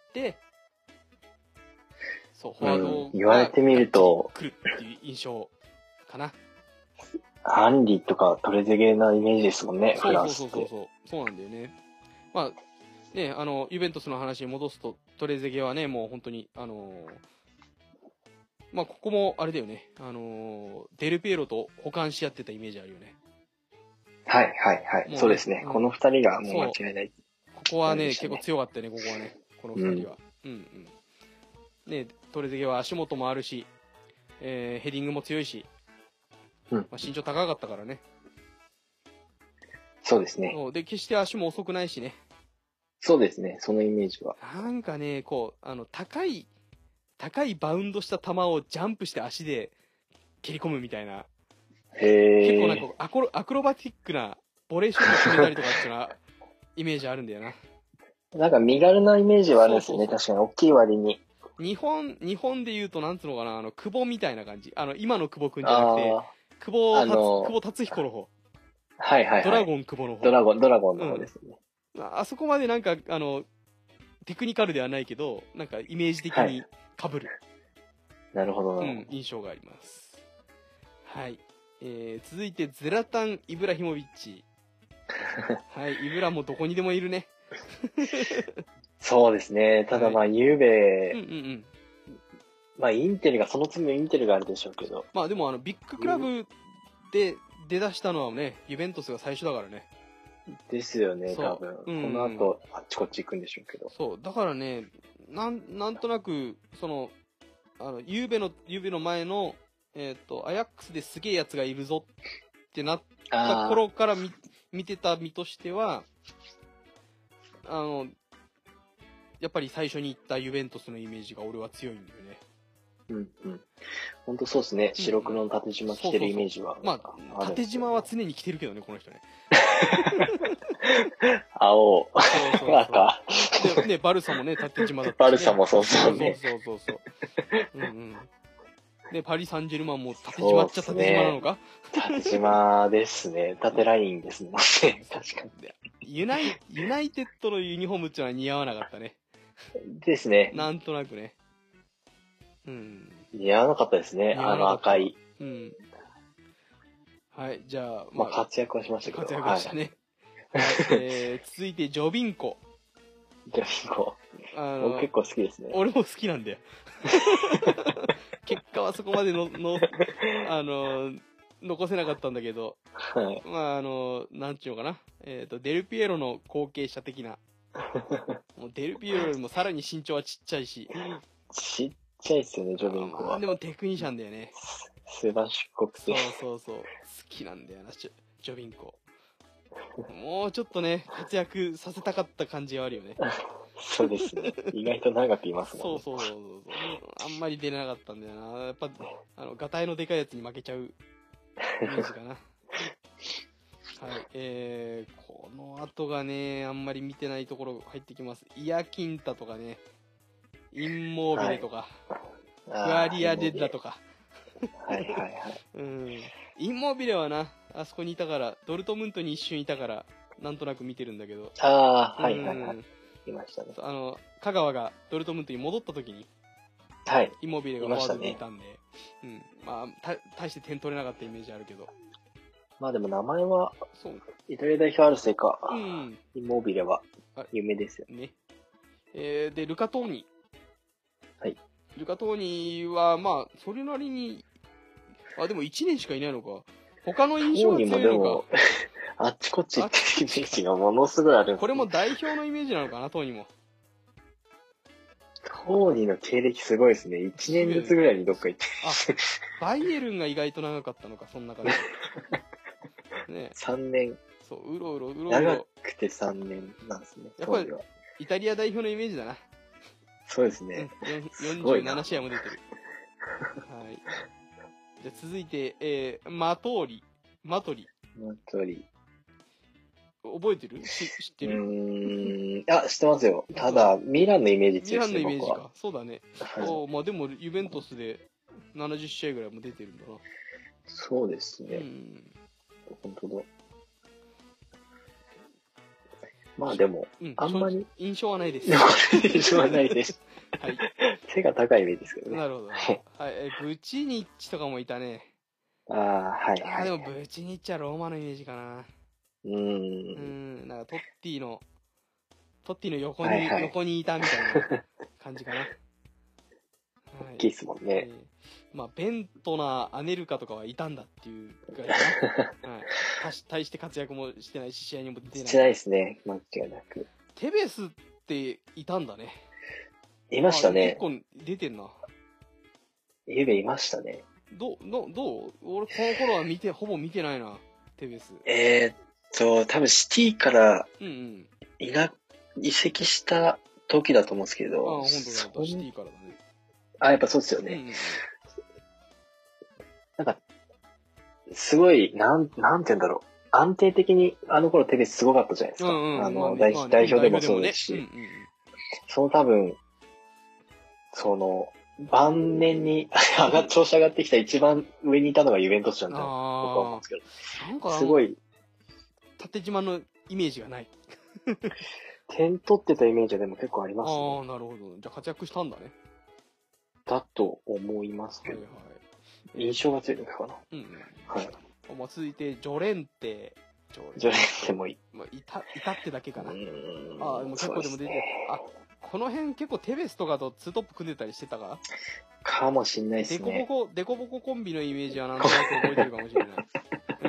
そう、フォワードが、 うん、言われてみると、 来るっていう印象かな。 アンリとかトレゼゲなイメージですもんね、フランスって。 そうそうそうそう。そうなんだよね。まあ、ね、あの、ユベントスの話に戻すと、トレゼゲはね、もう本当に、あのー、まあ、ここも、あれだよね、あのー、デルピエロと補完し合ってたイメージあるよね。 はいはいはい。ね、そうですね、うん。この二人がもう間違いない。 ここはね、結構強かったね、ここはね。この二人は。うん、うん、うん。ね、トレゼゲは足元もあるし、えー、ヘディングも強いし、うん、まあ、身長高かったからね。 そうですね。 で、決して足も遅くないしね。 そうですね、そのイメージは。 なんかね、こう、あの、高い、高いバウンドした球をジャンプして足で蹴り込むみたいな。 へ結構なんかアコロ、アクロバティックなボレーションを決めたりとかっていうのは、イメージあるんだよな。 なんか身軽なイメージはあるんですよね、確かに。大きい割に。 日本、日本で言うと、なんつうのかな、あの、久保みたいな感じ。あの、今の久保くんじゃなくて、久保、あのー、久保達彦の方。 はいはいはい。 ドラゴン久保の方。 ドラゴン、ドラゴンの方ですね。 うん、あそこまでなんか、あの、テクニカルではないけど、なんかイメージ的に被る。はい、 なるほどな。 うん、印象があります。はい。えー、続いて、ゼラタン・イブラヒモビッチ。はい、イブラもどこにでもいるね。 そうですね。ただまあ、ゆうべ、 うんうんうん。 まあ、インテルが、その次のインテルがあるでしょうけど。 まあでも、あの、ビッグクラブで出だしたのはね、ユベントスが最初だからね。 ですよね、多分。うんうん、この後、あっちこっち行くんでしょうけど。 そう、だからね、なん、なんとなく、その、あの、ゆうべの、ゆうべの前の、えっと、アヤックスですげえやつがいるぞってなった頃から見、見てた身としては、あの、やっぱり最初に言ったユベントスのイメージが俺は強いんだよね。 うんうん。本当そうですね。白黒の縦縞着てるイメージは。 まあ、縦縞は常に着てるけどね、この人ね。 青、 そうそう赤。 で、ね、バルサもね、縦縞だった、 ね。バルサもそうそうね。 そうそうそうそう。うんうん。で、パリ・サンジェルマンも縦縞っちゃ縦縞なのか、 ね、縦縞ですね。縦ラインですもんね。確かに。 ユナイ、ユナイテッドのユニフォームっていうのは似合わなかったね。 ですね。 なんとなくね。うん。 似合わなかったですね。あの赤い。 うん。はい、じゃあ、 まあ、まあ、活躍はしましたけど。 活躍したね。はい、えー、続いて、ジョビンコ。 ジョビンコ。あの、僕結構好きですね。 俺も好きなんだよ。結果はそこまでの、の、あの、残せなかったんだけど、はい、まあ、あの、なんちゅうのかな。えっと、デルピエロの後継者的な。もうデルピエロよりもさらに身長はちっちゃいし。 ちっちゃいっすよね、ジョビンコは。 まあ、でもテクニシャンだよね。 すばしっこくて。 そうそうそう。好きなんだよな、ジョビンコ。もうちょっとね、活躍させたかった感じはあるよね。 そうですね。意外と長くいますもんね。 そうそうそうそう。あんまり出れなかったんだよな。やっぱ、あの、ガタイのでかいやつに負けちゃうイメージかな。はい。えー、この後がね、あんまり見てないところ入ってきます。イヤキンタとかね、インモービレとか、はい、フアリアデッラとか。 はいはいはい。 うん。インモービレはな、あそこにいたから、ドルトムントに一瞬いたから、なんとなく見てるんだけど。 ああ、はいはいはい。いましたね。 あの、香川がドルトムントに戻った時に、 はい。 インモービレがフォワードでいたんで、ね、うん。まあ、た、大して点取れなかったイメージあるけど。 まあでも名前は、そう。イタリア代表あるせいか、うん。インモービレは、有名ですよね。えー、で、ルカトーニ。 はい。 ルカトーニは、まあ、それなりに、あ、でもいちねんしかいないのか。他の印象は強いのか。 あっちこっちってイメージがものすごいあるんです、ね、 これも代表のイメージなのかな、トーニも。 トーニの経歴すごいですね。いちねんずつぐらいにどっか行って。 あ、バイエルンが意外と長かったのか、そんな感じ。 ね。さんねん。 そう、うろうろ、うろうろ。 長くてさんねんなんですね。 やっぱり、イタリア代表のイメージだな。 そうですね。 うん、よんじゅうなな試合も出てる。はい。じゃあ続いて、えー、マトーリ。マトリ。 マトリ。 覚えてる？知ってる？ うーん。あ、知ってますよ。ただ、ミランのイメージ強いですね。 ミランのイメージか。そうだね。おまあでも、ユベントスでななじゅっ試合ぐらいも出てるんだな。 そうですね。うん。本当だ。 まあでも、 うん、 あんまり。 印象はないです。 印象はないです。はい。背が高いイメージですけどね。 なるほど。はい。え、ブチニッチとかもいたね。 ああ、はい、はい。 ああ、でもブチニッチはローマのイメージかな。 うーん。 うん、なんかトッティの、トッティの横に、 はいはい、 横にいたみたいな感じかな。はい、 大きいっすもんね。 えー、まあ、ベントナー、アネルカとかはいたんだっていうぐらいかな。はい。対して活躍もしてないし、試合にも出てない。 してないですね、間違いなく。 テベスっていたんだね。 いましたね。 結構出てんな。 ゆべいましたね。 どう、どう、どう俺この頃は見て、ほぼ見てないな、テベス。 えー、っと、多分シティから、 うんうん。 いな、移籍した時だと思うんですけど。 ああ、本当だ、シティからだね。 あ、やっぱそうですよね。 うんうん、 なんか、すごい、なん、なんて言うんだろう。安定的に、あの頃テベスすごかったじゃないですか。うんうん、あの、まあね、代、まあ、代表でもそうですし。ね、うんうん、その多分、その、晩年に上が、調子上がってきた一番上にいたのがユベントスじゃんって僕は思うんですけど。なんかすごい。 縦島のイメージがない。 点取ってたイメージはでも結構ありますね。 ああ、なるほど。じゃあ活躍したんだね。 だと思いますけど。はいはい、印象が強いのかな。うん、うん。はい。 まあ、続いて、ジョレンテ。 ジョレンテもい、 まあ、いた、いたってだけかな。ああ、でも結構でも出て、ね、あ、この辺結構テベスとかとツートップ組んでたりしてたかかもしんないですね。 デコボコ、デコボココンビのイメージはなんとなく覚えてるかもしれない。うん。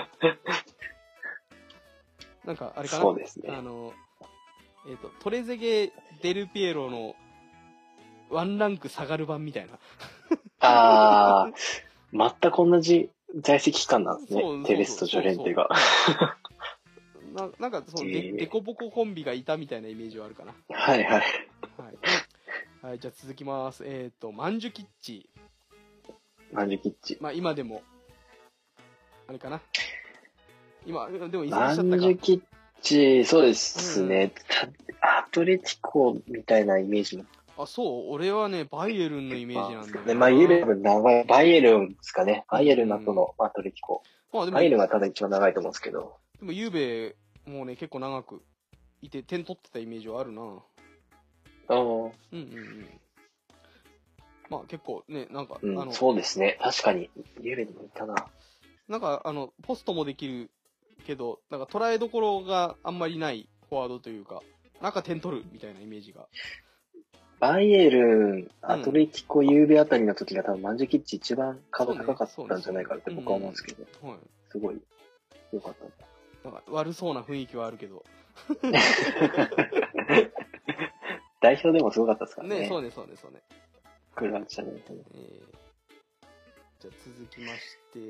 なんか、あれかな、 そうですね。 あの、えっ、ー、と、トレゼゲ・デルピエロのワンランク下がる版みたいな。 ああ、全く同じ在籍期間なんですね。テベスとジョレンテが。 な, なんかそのデ、デコボココンビがいたみたいなイメージはあるかな。 はいはい。はい。 はい、じゃあ続きます。えっ、ー、と、マンジュキッチ。 マンジュキッチ。 まあ今でも、あれかな。今、でも移籍しちゃったか。マンジュキッチ、そうですね。うん、アトレティコみたいなイメージの。 あ、そう、俺はね、バイエルンのイメージなんだよね。まあ、バイエルン長い、バイエルンですかね。バイエルンの後のアトレティコ。まあ、でもバイエルンがただ一番長いと思うんですけど。 でも、ゆうべ、もうね、結構長くいて、点取ってたイメージはあるな。 ああ。うんうんうん。まあ、結構ね、なんか、 うん、あの、そうですね。確かに、ゆうべにもいたな。 なんか、あの、ポストもできるけど、なんか、捉えどころがあんまりないフォワードというか、なんか点取るみたいなイメージが。 バイエルン、アトレティコ、ゆうべあたりの時が多分マンジュキッチ一番株高かったんじゃないかって僕は思うんですけど、うんうん、はい、すごい良かったんだ。 なんか悪そうな雰囲気はあるけど。 代表でもすごかったですからね。 ね、そうね、そうね、そうね。 クロアチアね。えー、じゃあ続きまして、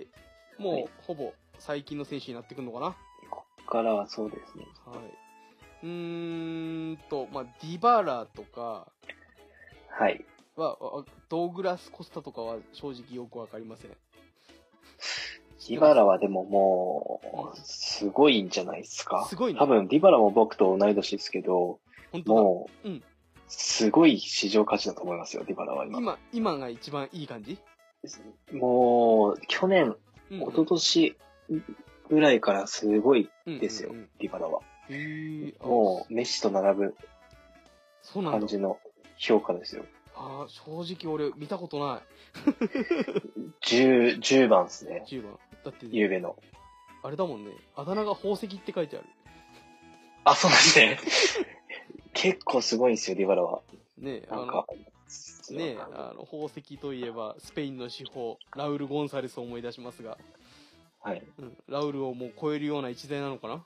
もう、はい、ほぼ最近の選手になってくるのかな。 ここからはそうですね。 はい。うーんと、まあ、ディバラとか、 はい。 は、ドーグラス・コスタとかは正直よくわかりません。 ディバラはでももう、すごいんじゃないですか。 すごいね。 多分、ディバラも僕と同い年ですけど、もう、うん、すごい市場価値だと思いますよ、ディバラは今。 今、今が一番いい感じ？ もう、去年、うんうん、一昨年ぐらいからすごいですよ、うんうんうん、ディバラは。へもう、メッシと並ぶ感じの評価ですよ。 ああ、正直俺見たことない。 じゅう、じゅうばんですね。 じゅうばん。だって、 ゆうべの。 あれだもんね。あだ名が宝石って書いてある。 あ、そうですね。結構すごいんですよ、ディバラは。 ねえ、なんか。ねえ、あの、宝石といえば、スペインの至宝、ラウル・ゴンサレスを思い出しますが。 はい。 うん、ラウルをもう超えるような一材なのかな？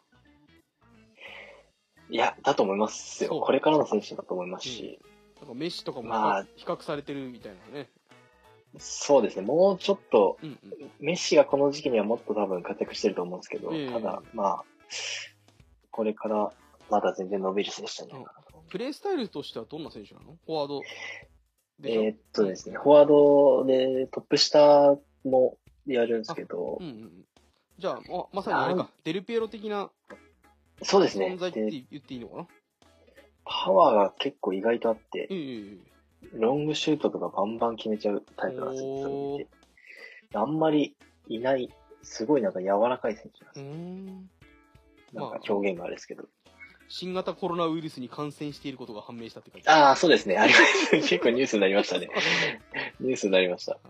いや、だと思いますよ。これからの選手だと思いますし。 うん、なんかメッシとかも、まあ、比較されてるみたいなね。 そうですね。もうちょっと、うんうん、メッシがこの時期にはもっと多分活躍してると思うんですけど、えー、ただ、まあ、これからまだ全然伸びる選手じゃないかなと、 うん。プレースタイルとしてはどんな選手なの？フォワードでしょ？えー、っとですね、フォワードでトップ下もやるんですけど、うんうん、 じゃあ、ま、まさにあれか、デルピエロ的なそうですね。 存在って言っていいのかな？ パワーが結構意外とあって、 えー、 ロングシュートとかバンバン決めちゃうタイプなんですよ。あんまりいない、すごいなんか柔らかい選手なんですよ。なんか表現があれですけど。 新型コロナウイルスに感染していることが判明したって書いてある。 ああ、そうですね。あり結構ニュースになりましたね。ニュースになりました。はい。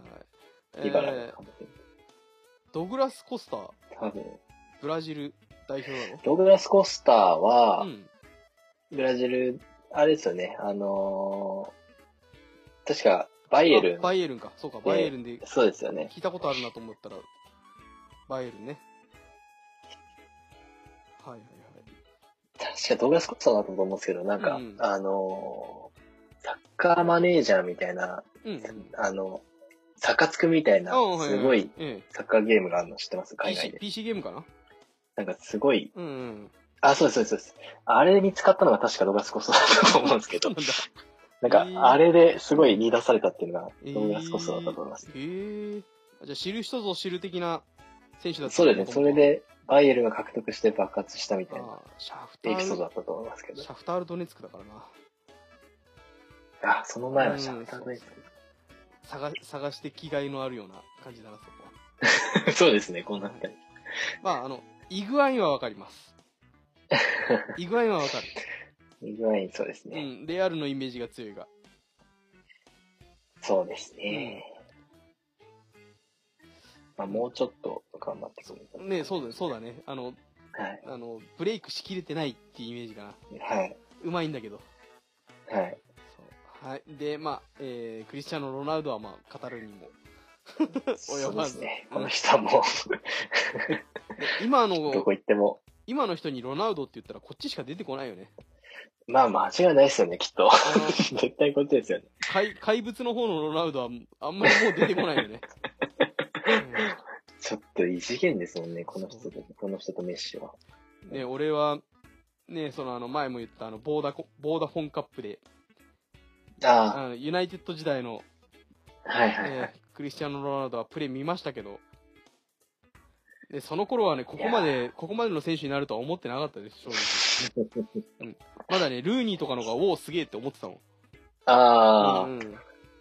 茨城のドグラス・コスター。 多分。 ブラジル代表なの？ ドグラス・コスターは、うん、ブラジル、あれですよね。あのー、確か、バイエルン。 バイエルンか。そうか、バイエルンで。 そうですよね。 聞いたことあるなと思ったら、バイエルンね。はいはいはい。 確かドグラス・コスターだったと思うんですけど、なんか、うん、あのー、サッカーマネージャーみたいな、うんうん、あの、サカツクみたいな、すごいサッカーゲームがあるの知ってます？海外で。 ピーシー ゲームかな？ なんかすごい、 うんうん、 あ、そうです、そうです。あれで見つかったのが確かドグラス・コスターだったと思うんですけど、なんか、あれですごい見出されたっていうのがドグラス・コスターだったと思います。 えー、えー、じゃあ知る人ぞ知る的な選手だった。 そうですね、それでバイエルが獲得して爆発したみたいなエピソードだったと思いますけど。 シャフタールドネツクだからな。あ、その前はシャフタールドネツク。 探, 探して気概のあるような感じだな、そこは。そうですね、こうなったり。 まあ、あの、イグアインはわかります。イグアインはわかる。 イグアイン、そうですね。 うん、レアルのイメージが強いが。 そうですね。うん、まあ、もうちょっと頑張ってくれる。ね、そうだね、そうだね。あの、はい、あの、ブレイクしきれてないっていうイメージかな。 はい。 うまいんだけど。 はい。 はい。で、まあ、えー、クリスチャーノ・ロナウドは、まあ、語るにも及ばず。ね。この人も今の、 どこ行っても。 今の人にロナウドって言ったらこっちしか出てこないよね。 まあ、間違いないですよね、きっと。絶対こっちですよね。 怪、怪物の方のロナウドは、あんまりもう出てこないよね。 うん、ちょっと異次元ですもんね、この人と、この人とメッシは。 ね、俺は、ね、その、あの、前も言った、あの、ボーダ、ボーダフォンカップで、 ああのユナイテッド時代の、 はいはいはい、 ね、クリスチャーノ・ロナウドはプレー見ましたけど、でその頃はね、ここまで、ここまでの選手になるとは思ってなかったです、正直。うん、まだね、ルーニーとかのが、おお、すげえって思ってたもん。 ああ、 うんうん。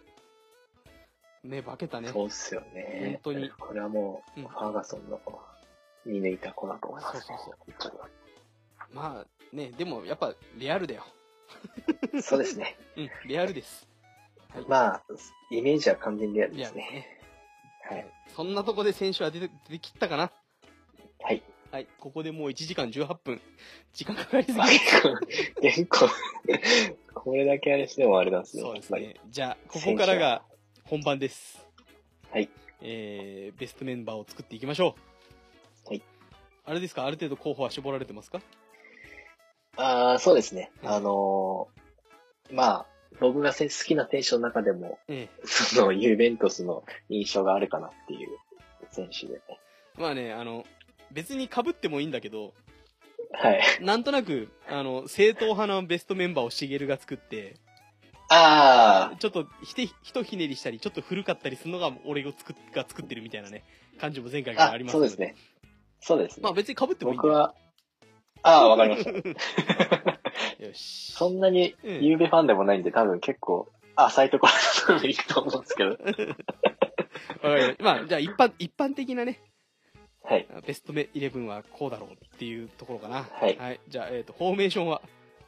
ね、化けたね。 そうっすよね。 本当に。 これはもう、うん、ファーガソンの見抜いた子だと思います、ね。 そうそうそう。まあ、ね、でもやっぱ、レアルだよ。 そうですね。 うん、レアルです。 はい、まあ、イメージは完全にレアルですね。ね、 はい。そんなとこで選手は出て、出てきったかな。 はい。 はい。ここでもういちじかんじゅうはっぷん。時間かかりすぎ結構、これだけあれしてもあれなんですね。 そうですね。じゃあ、ここからが本番です。 はい。 えー、ベストメンバーを作っていきましょう。はい。 あれですか、ある程度候補は絞られてますか？ ああ、そうですね。うん、あのー、まあ、僕が好きな選手の中でも、ええ、そのユベントスの印象があるかなっていう選手でね。 まあね、あの、別に被ってもいいんだけど、 はい。 なんとなく、あの、正統派のベストメンバーをしげるが作って、 ああ。 ちょっとひて、ひとひねりしたり、ちょっと古かったりするのが俺が作が作ってるみたいなね、感じも前回からありますので。 そうですね。そうですね。 まあ別に被ってもいいんだよ。僕は、ああ、わかりました。 よし。 そんなにユーベファンでもないんで、多分結構、浅いところでいくと思うんですけど。 まあ、じゃあ一般、一般的なね、 はい。 ベストイレブンはこうだろうっていうところかな。 はい。 はい、じゃあ、えっと、フォーメーションは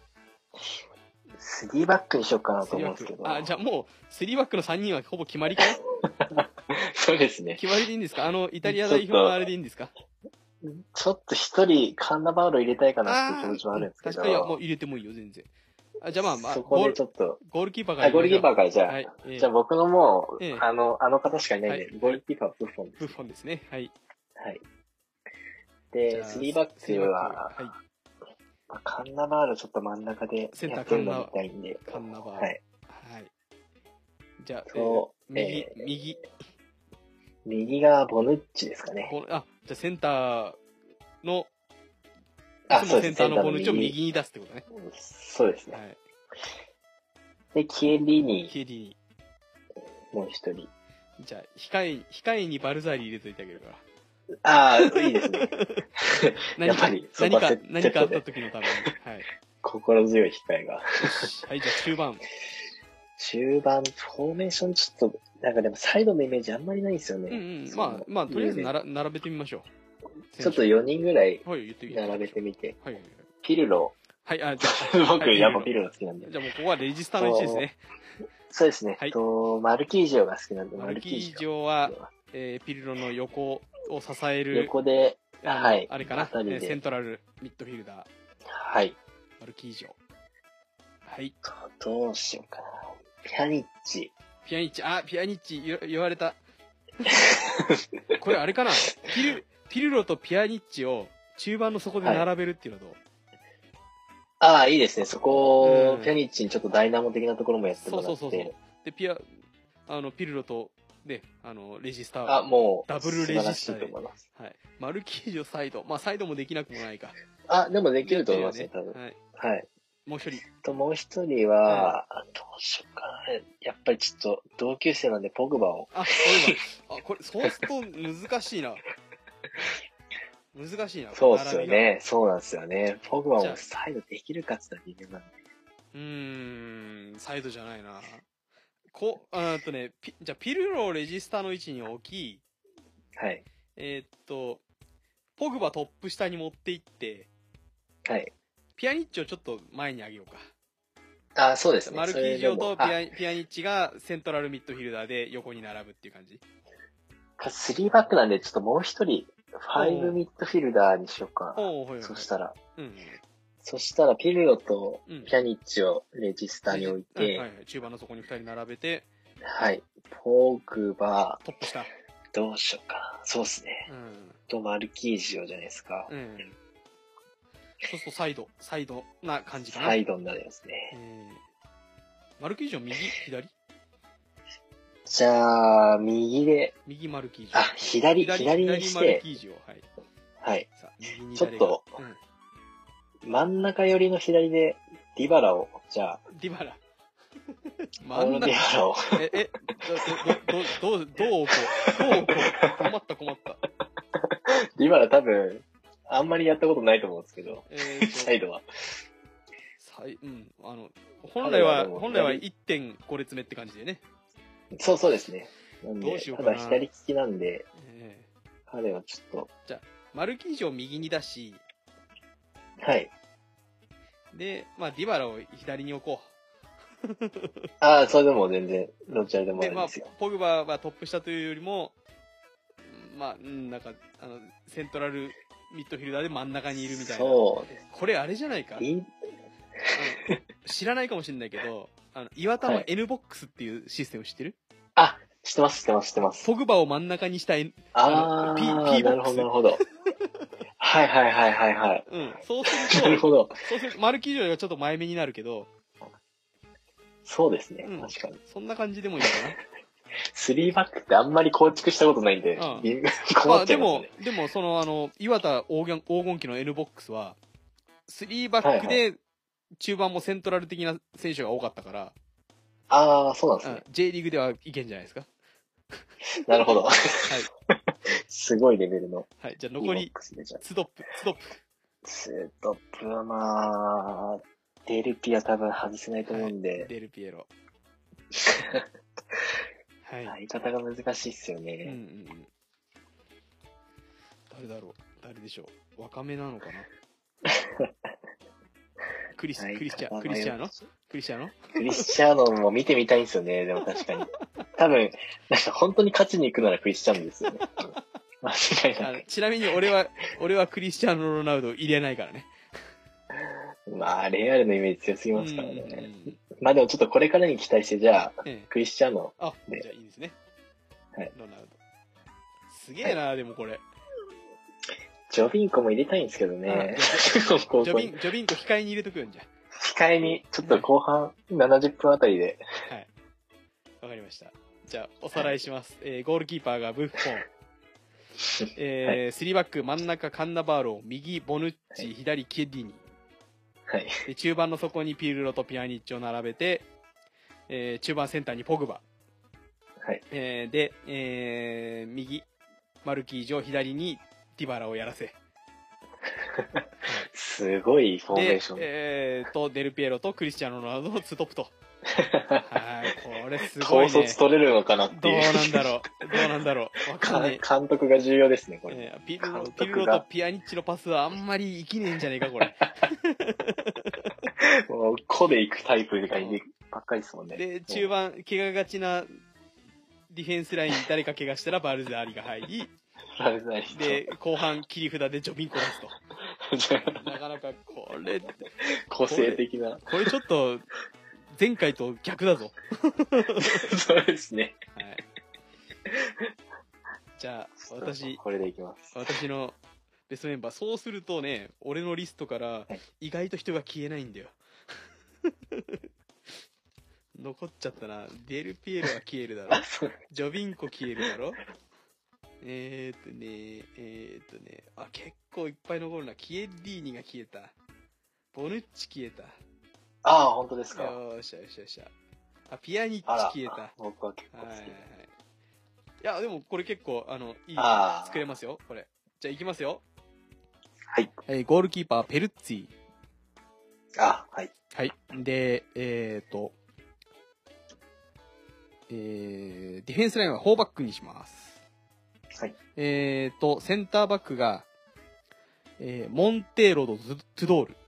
スリーバックにしようかなと思うんですけど。 あ、じゃあもう、スリーバックのさんにんはほぼ決まりかよ。 そうですね。 決まりでいいんですか？あの、イタリア代表のあれでいいんですか？ ちょっと一人、カンナバウロ入れたいかなっていう気持ちもあるんですけど。 確かに、もう入れてもいいよ、全然。あ、じゃあまあまあ、 そこでちょっと。 ゴールキーパーから。 ゴールキーパーからじゃあ。はいえー、じゃあ僕のもう、えー、あの、あの方しかいないんで、はい、ゴールキーパーはプッフォンです。 プッフォンですね。はい。 はい。で、スリーバックは、はい。まあ、カンナバールちょっと真ん中でやってるのみたいんで。 カンナバール。 はい。 はい。じゃあ、 そう、 えー、右、えー、右。 右がボヌッチですかね。 あ、じゃあセンターの、いつもセンターのボヌッチを右に出すってことね。 そうですね。はい。で、キエリーニ。 キエリーニ。 もう一人。 じゃあ、控え、控えにバルザーリ入れといてあげるから。 ああ、いいですね。 何か、何か、何かあった時のために。はい。 心強い控えが。 はい、じゃあ中盤。 中盤、フォーメーションちょっと、なんかでもサイドのイメージあんまりないんですよね。 うんうん。まあ、まあ、とりあえずなら並べてみましょう。ちょっとよにんぐらい並べてみて。 はい。 ピルロ。 はい、あ、じゃあ。僕、やっぱピルロ好きなんで。 じゃあもうここはレジスタのいちですね。 そうですね。はい、と、マルキージョが好きなんで、 マルキージョは、えー、ピルロの横を支える。 横で、はい。 あれかな、セントラルミッドフィルダー。 はい。 マルキージョ。はい。 どうしようかな。ピアニッチ。 ピアニッチ、あ、ピアニッチ言われた。これあれかな、ピル、ピルロとピアニッチを中盤の底で並べるっていうのと、はい、 ああ、いいですね。そこ、うん、ピアニッチにちょっっとダイナモ的なところもやってもらって。 そうそうそうそう。で、ピア、あの、ピルロと、ね、あの、レジスター。 あ、もう、 ダブルレジスターで。 素晴らしいと思います。 はい。マルキージョサイド。まあ、サイドもできなくもないか。 あ、でもできると思いますね、多分。はい。はい。 もう一人。 と、もう一人は、うん、どうしようかな。やっぱりちょっと、同級生なんで、ポグバを。 あ、ポグバ。あ、これ、そうすると難しいな。難しいな。 そうっすよね。そうなんですよね。ポグバもサイドできるかって言ったら微妙なんで。 うーん、サイドじゃないな。こ、あとね、ピじゃあ、ピルロをレジスタの位置に置き、 はい。 えー、っと、ポグバトップ下に持っていって、 はい。 ピアニッチをちょっと前に上げようか。 あ、そうですね。 マルキージョとピアピアニッチがセントラルミッドフィルダーで横に並ぶっていう感じ。 スリーバックなんで、ちょっともう一人、ファイブミッドフィルダーにしようかな。 おー、 そしたら。 うん。 そしたら、ピルロとピアニッチをレジスタに置いて、うんはいはい、中盤の底にふたり並べて、 はい。ポグバ、 トップ下。 どうしようか。そうっすね。うん。と、マルキージオじゃないですか。うん。 そうするとサイド、サイドな感じかな。 サイドになりますね。 えー、マルキージョ右左じゃあ、右で。 右マルキージョ。 あ、左、左にして。 左マルキージョ、はい。 はい。さ右にちょっと、うん、真ん中寄りの左で、ディバラを、じゃあ。 ディバラ。 真ん中。ディバラを。 え、え、ど、ど、ど、どう、どう置こう。どう置こう。困った困った。 ディバラ多分、あんまりやったことないと思うんですけど、えー、サイドは。 サイ、うん。あの、本来は、本来は いってんご 列目って感じでね。 そうそうですね。なんで、 どうしようかな。 ただ左利きなんで、えー、彼はちょっと。 じゃあ、マルキージョを右に出し、 はい。 で、まあ、ディバラを左に置こう。ああ、それでも全然、どちらでもあるんですよ。 で、まあ、ポグバはトップ下というよりも、まあ、なんか、あの、セントラルミッドフィルダーで真ん中にいるみたいな。 そうです。 これあれじゃないか。知らないかもしれないけど、あの、岩田の N ボックスっていうシステム知ってる？ あ、知ってます、知ってます、知ってます。 ポグバを真ん中にした N、 あー、P、P ボックス。なるほど、なるほど。はいはいはいはいはい。 うん。そうすると、 なるほど。 そうすると、マルキージョがちょっと前目になるけど。 そうですね、うん、確かに。 そんな感じでもいいかな。 スリーバックってあんまり構築したことないんで、うん、困っちゃいますね。 まあ、でも、でも、その、あの、岩田黄金、黄金期の N ボックスは、スリーバックで、中盤もセントラル的な選手が多かったから。 ああ、そうなんですね、 うん。J リーグではいけんじゃないですか。 なるほど。はい。すごいレベルの。 はい。じゃあ残り、ツドップ、ツドップ。 ツドップはまあ、デルピア多分外せないと思うんで。 はい、デルピエロ。 はい。相方が難しいっすよね。うんうんうん。 誰だろう誰でしょう若めなのかなクリス、クリスチャ、クリスチャーノクリスチャーノクリスチャーノも見てみたいんですよね。でも確かに。多分、なんか本当に勝ちに行くならクリスチャーノですよね。間違いなく。 ちなみに俺は、俺はクリスチャーノ・ロナウド入れないからね。 まあ、レアルのイメージ強すぎますからね。まあでもちょっとこれからに期待して、じゃあ、ええ、クリスチャーノで。あ、じゃあいいですね。はい。ロナウド。すげえな、はい、でもこれ。 ジョビンコも入れたいんですけどね。 ジョビン、ジョビンコ控えに入れとくよんじゃ。 控えに、ちょっと後半ななじゅっぷんあたりで。 はい。わかりました。じゃあ、おさらいします。はい、えー、ゴールキーパーがブッフォン。えー、はい、スリーバック、真ん中カンナバーロ、右ボヌッチ、はい、左ケディニ。 はい。 で、中盤の底にピルロとピアニッチを並べて、えー、中盤センターにポグバ。 はい。 えー、で、えー、右、マルキージョ、左にディバラをやらせ。 すごいフォーメーション。 えーと、デルピエロとクリスチャーノ・ロナウドのツートップと。はい、これすごいね。 高卒取れるのかなっていう。 どうなんだろう。どうなんだろう。わかんない。 監督が重要ですね、これ。 えー、ピルロ、ピルロとピアニッチのパスはあんまり生きねえんじゃねえか、これ。 個で行くタイプがいるばっかりですもんね。 で、中盤、怪我がちなディフェンスラインに誰か怪我したらバルザーリが入り、 バルザーリで、後半切り札でジョビンコ出すと。なかなかこれ、 個性的な。 これちょっと、前回と逆だぞ。 そうですね。 はい。じゃあ、私、 これでいきます。 私のベストメンバー、そうするとね、俺のリストから意外と人が消えないんだよ。残っちゃったな。デルピエロは消えるだろ。ジョビンコ消えるだろ。えーっとね、えーっとね、あ、結構いっぱい残るな。キエリーニが消えた。ボヌッチ消えた。 ああ、本当ですか。 よーしよしよし。あ、ピアニッチ消えた。 僕は結構好き。はいはいはい。 いや、でもこれ結構、あの、いい、作れますよ、これ。じゃあいきますよ。 はい。 えー、ゴールキーパー、ペルッツィ。 あ、はい。 はい。で、えーっと、えー、ディフェンスラインはフォーバックにします。 はい。 えーと、センターバックが、えー、モンテーロとトゥドール。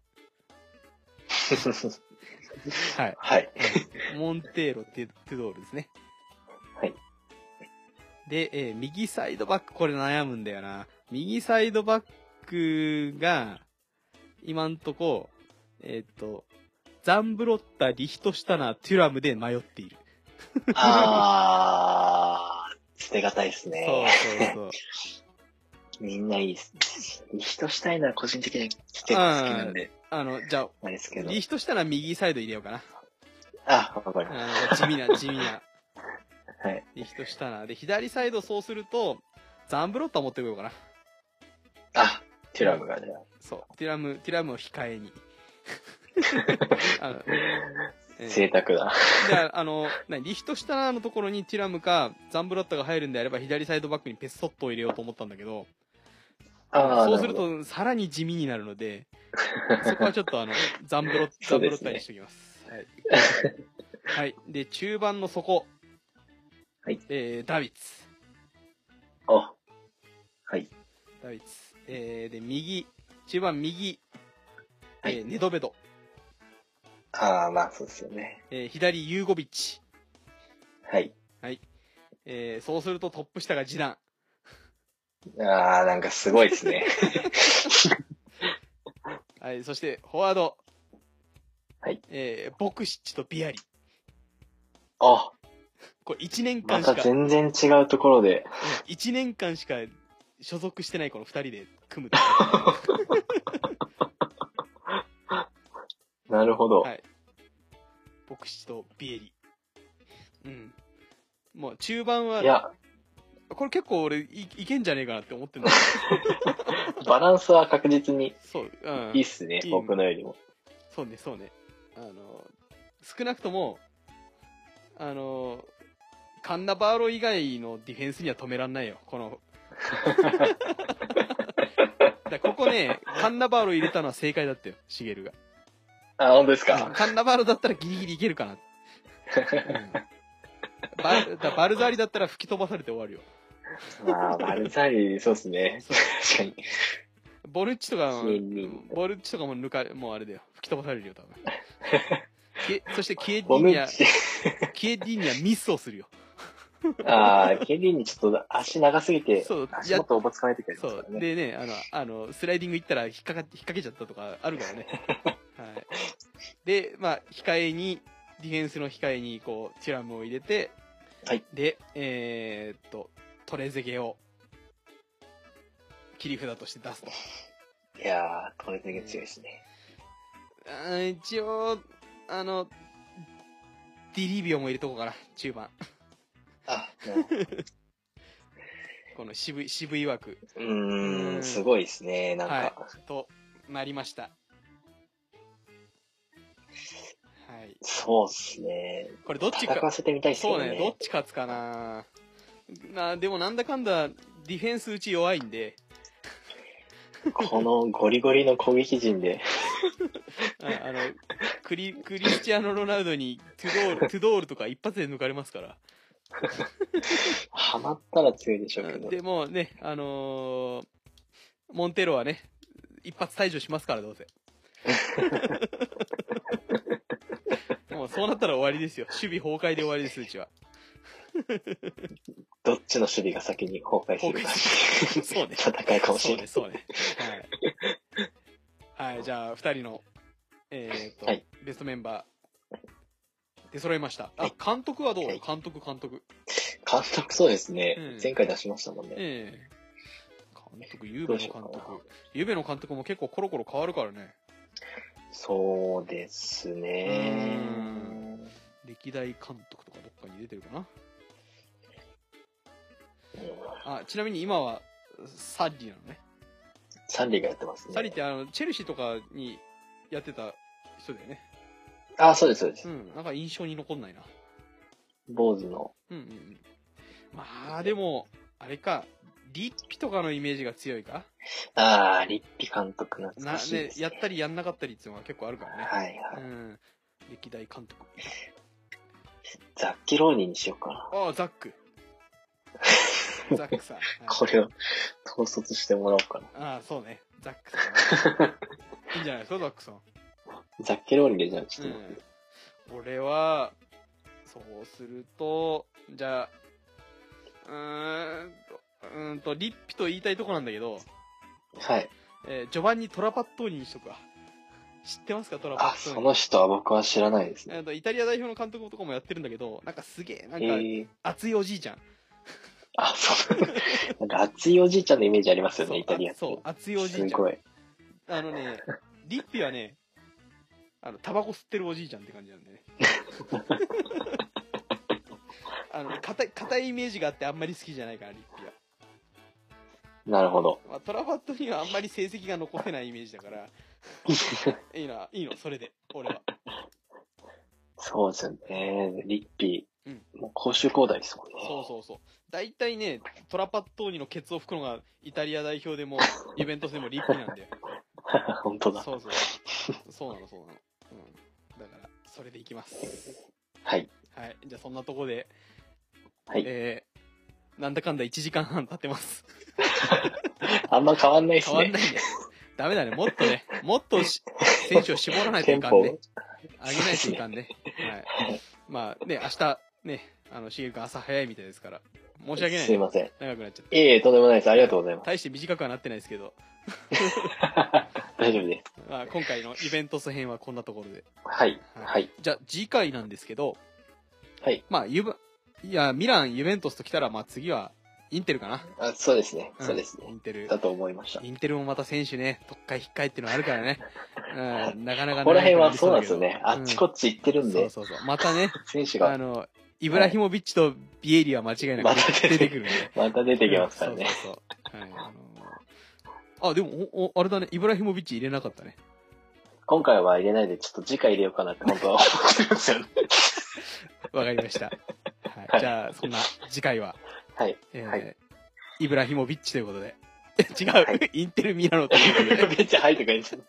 はい。 はい。 モンテーロってトゥドールですね。 はい。 で、えー、右サイドバック、これ悩むんだよな。右サイドバックが、今んとこ、えっと、ザンブロッタ、リヒトシュタナー、テュラムで迷っている。 あー、捨てがたいですね。 そうそうそう。 みんないいですね。リヒトシュタイナー個人的に結構好きなんで。 あの、じゃあ、 あれですけど。 リヒトシュタナー右サイド入れようかな。 あ、わかりました。地味な、地味な。 はい。 リヒトシュタナー。で、左サイドそうすると、ザンブロッタ持ってこようかな。 あ、テュラムがじゃあ。 そう。テュラム、テュラムを控えに。あの贅沢だ。 じゃあ、あの、リヒトシュタナーのところにティラムかザンブロッタが入るんであれば左サイドバックにペスソットを入れようと思ったんだけど、あそうするとさらに地味になるので、そこはちょっとあの、ザンブロッ、ザンブロッタにしておきます。はい。はい。で、中盤の底。 はい。 えー、ダビッツ。 あ。はい。 ダビッツ。えー、で、右、中盤右、えー、ネドベド。 ああ、まあそうですよね。 えー、左、ユーゴビッチ。 はい。 はい。えー、そうするとトップ下がジダン。ああ、なんかすごいですね。 はい、そしてフォワード。 はい。 えー、ボクシッチとビアリ。 あ。 これいちねんかんしか。 また全然違うところで。 いちねんかんしか所属してないこのふたりで組む。 なるほど。 はい。ボクシッチとビエリ。うん。もう中盤は、 いや、 これ結構俺い、いけんじゃねえかなって思ってんだバランスは確実に、 そう、うん。 いいっすね、僕のよりも。 そうね、そうね。あの、少なくとも、あの、カンナバーロ以外のディフェンスには止めらんないよ、この。だここね、カンナバーロ入れたのは正解だったよ、シゲルが。 あ、本当ですか。 カンナバーロだったらギリギリいけるかな。うん、バルだバルザーリだったら吹き飛ばされて終わるよ。 まあ、バルザーリ、そうですね。確かに。 ボルッチとか、ボルッチとかも抜か、もうあれだよ。吹き飛ばされるよ、多分。そしてキエディニア、キエディニアミスをするよ。 ああ、キエディニアちょっと足長すぎて、そう足元おぼつかないときありますからね。 そう。でね、あの、あの、スライディング行ったら引っかか、引っ掛けちゃったとかあるからね。はい。で、まあ、控えに、ディフェンスの控えに、こう、ティラムを入れて、 はい。 で、えー、っと、トレゼゲを、切り札として出すと。 いやー、トレゼゲ強いですね。 うん、一応、あの、ディリビオも入れとこうかな、中盤。 あ、なるほど。 この渋い、渋い枠。 うーん、すごいですね、なんか。はい、 となりました。はい。 そうっすね。 これどっちか。 戦わせてみたいっすね。 そうね、どっち勝つかな。な、でもなんだかんだ、ディフェンスうち弱いんで。 このゴリゴリの攻撃陣であ。あの、クリ、クリスチアーノ・ロナウドにトゥドール、トゥドールとか一発で抜かれますから。 ハマったら強いでしょうけど。 でもね、あのー、モンテロはね、一発退場しますから、どうせ。 わりですよ。守備崩壊で終わりです、うちは。 どっちの守備が先に崩壊するか。 そうね。 戦いかもしれない。 そうね、そうね。はい。はい、じゃあ、二人の、えっと、はい、ベストメンバー、出揃いました。あ、監督はどう、はい、監督、監督。 監督そうですね。うん、前回出しましたもんね。 ええー。監督、ゆうべの監督。ゆうべの監督も結構コロコロ変わるからね。 そうですね。 歴代監督とかどっかに出てるかな。あ、ちなみに今はサリーなのね。 サリーがやってますね。 サリーってあのチェルシーとかにやってた人だよね。 あ、そうですそうです。 うん、なんか印象に残んないな。 坊主の。 うんうんうん。まあでもあれか、リッピとかのイメージが強いか。 ああ、リッピ監督懐かしいですね。 なね、やったりやんなかったりっていうのが結構あるからね。 はいはい。うん。 歴代監督。 ザッキローニーにしようかな。 ああ、ザック。ザックさん。 これを統率してもらおうかな。ああ、そうね。ザックさん。いいんじゃないですか、ザックさん。 ザッケローニでじゃあ、ちょっと待って。 うん、俺は、そうすると、じゃあ、うーんと、うーんと、リッピと言いたいとこなんだけど、 はい。 えー、ジョバンニ・トラパットーニにしとくわ。知ってますか、トラパットーニ。 あ、その人は僕は知らないですね。 イタリア代表の監督とかもやってるんだけど、なんかすげえ、なんか、熱いおじいちゃん。 あ、そう。なんか熱いおじいちゃんのイメージありますよね、イタリアって。 そう、熱いおじいちゃん。 すごい。 あのね、リッピはね、あの、タバコ吸ってるおじいちゃんって感じなんでね。あのね、硬い、硬いイメージがあってあんまり好きじゃないから、リッピは。 なるほど。 まあ、トラバットにはあんまり成績が残せないイメージだから、いいな、いいの、それで、俺は。 そうですよね。リッピー。うん。もう攻守交代ですもんね。 そうそうそう。大体ね、トラパットーニのケツを拭くのがイタリア代表でも、イベントでもリッピなんだよ。 本当だ。 そうそう。そうなの、そうなの。うん。だから、それでいきます。 はい。 はい。じゃあ、そんなとこで、 はい。 えー、なんだかんだいちじかんはん経ってます。 あんま変わんないっすね。 変わんないね。ダメだね。もっとね、もっとし選手を絞らないといかんね。上げないといかんね。はい。まあね、明日、ね、あの、しげるくん朝早いみたいですから。申し訳ない、ね。 すいません。 長くなっちゃって。 いえいえ、とんでもないです。ありがとうございます。 大して短くはなってないですけど。 大丈夫です。 まあ、今回のイベントス編はこんなところで。 はい。はい。はい、 じゃあ、次回なんですけど、 はい。 まあ、ユブ、いや、ミラン、ユベントスと来たら、まあ次は、インテルかな。 あ、そうですね。そうですね。 インテル。 だと思いました。 インテルもまた選手ね、特会引っかえっていうのがあるからね。うん、なかなかここら辺はそうなんですよね。あっちこっち行ってるんで。 そうそうそう。またね、 選手が。 あの、イブラヒモビッチとビエリは間違いなく出てくるんで。 また出てきますからね。 そうそうそう。はい、あのあ、でも、お、あれだね、イブラヒモビッチ入れなかったね。 今回は入れないで、ちょっと次回入れようかなって本当は思ってるんですよね。 わかりました。はい。じゃあ、そんな次回は。 はい。 えー、 はい。 イブラヒモビッチということで。違う、はい、インテルミラノということで。 めっちゃはいとか言っちゃった。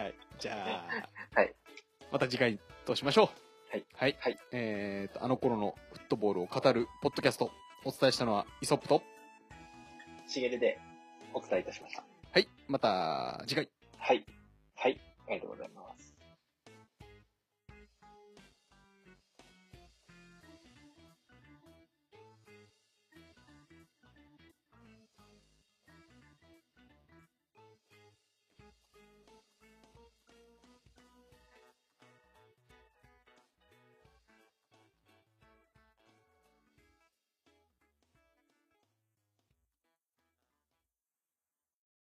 はい。じゃあ、はい。 また次回どうしましょう。はい。 はい。はい。えっと、あの頃のフットボールを語るポッドキャスト、お伝えしたのはイソップと、 しげるでお伝えいたしました。 はい。また次回。 はい。はい。ありがとうございます。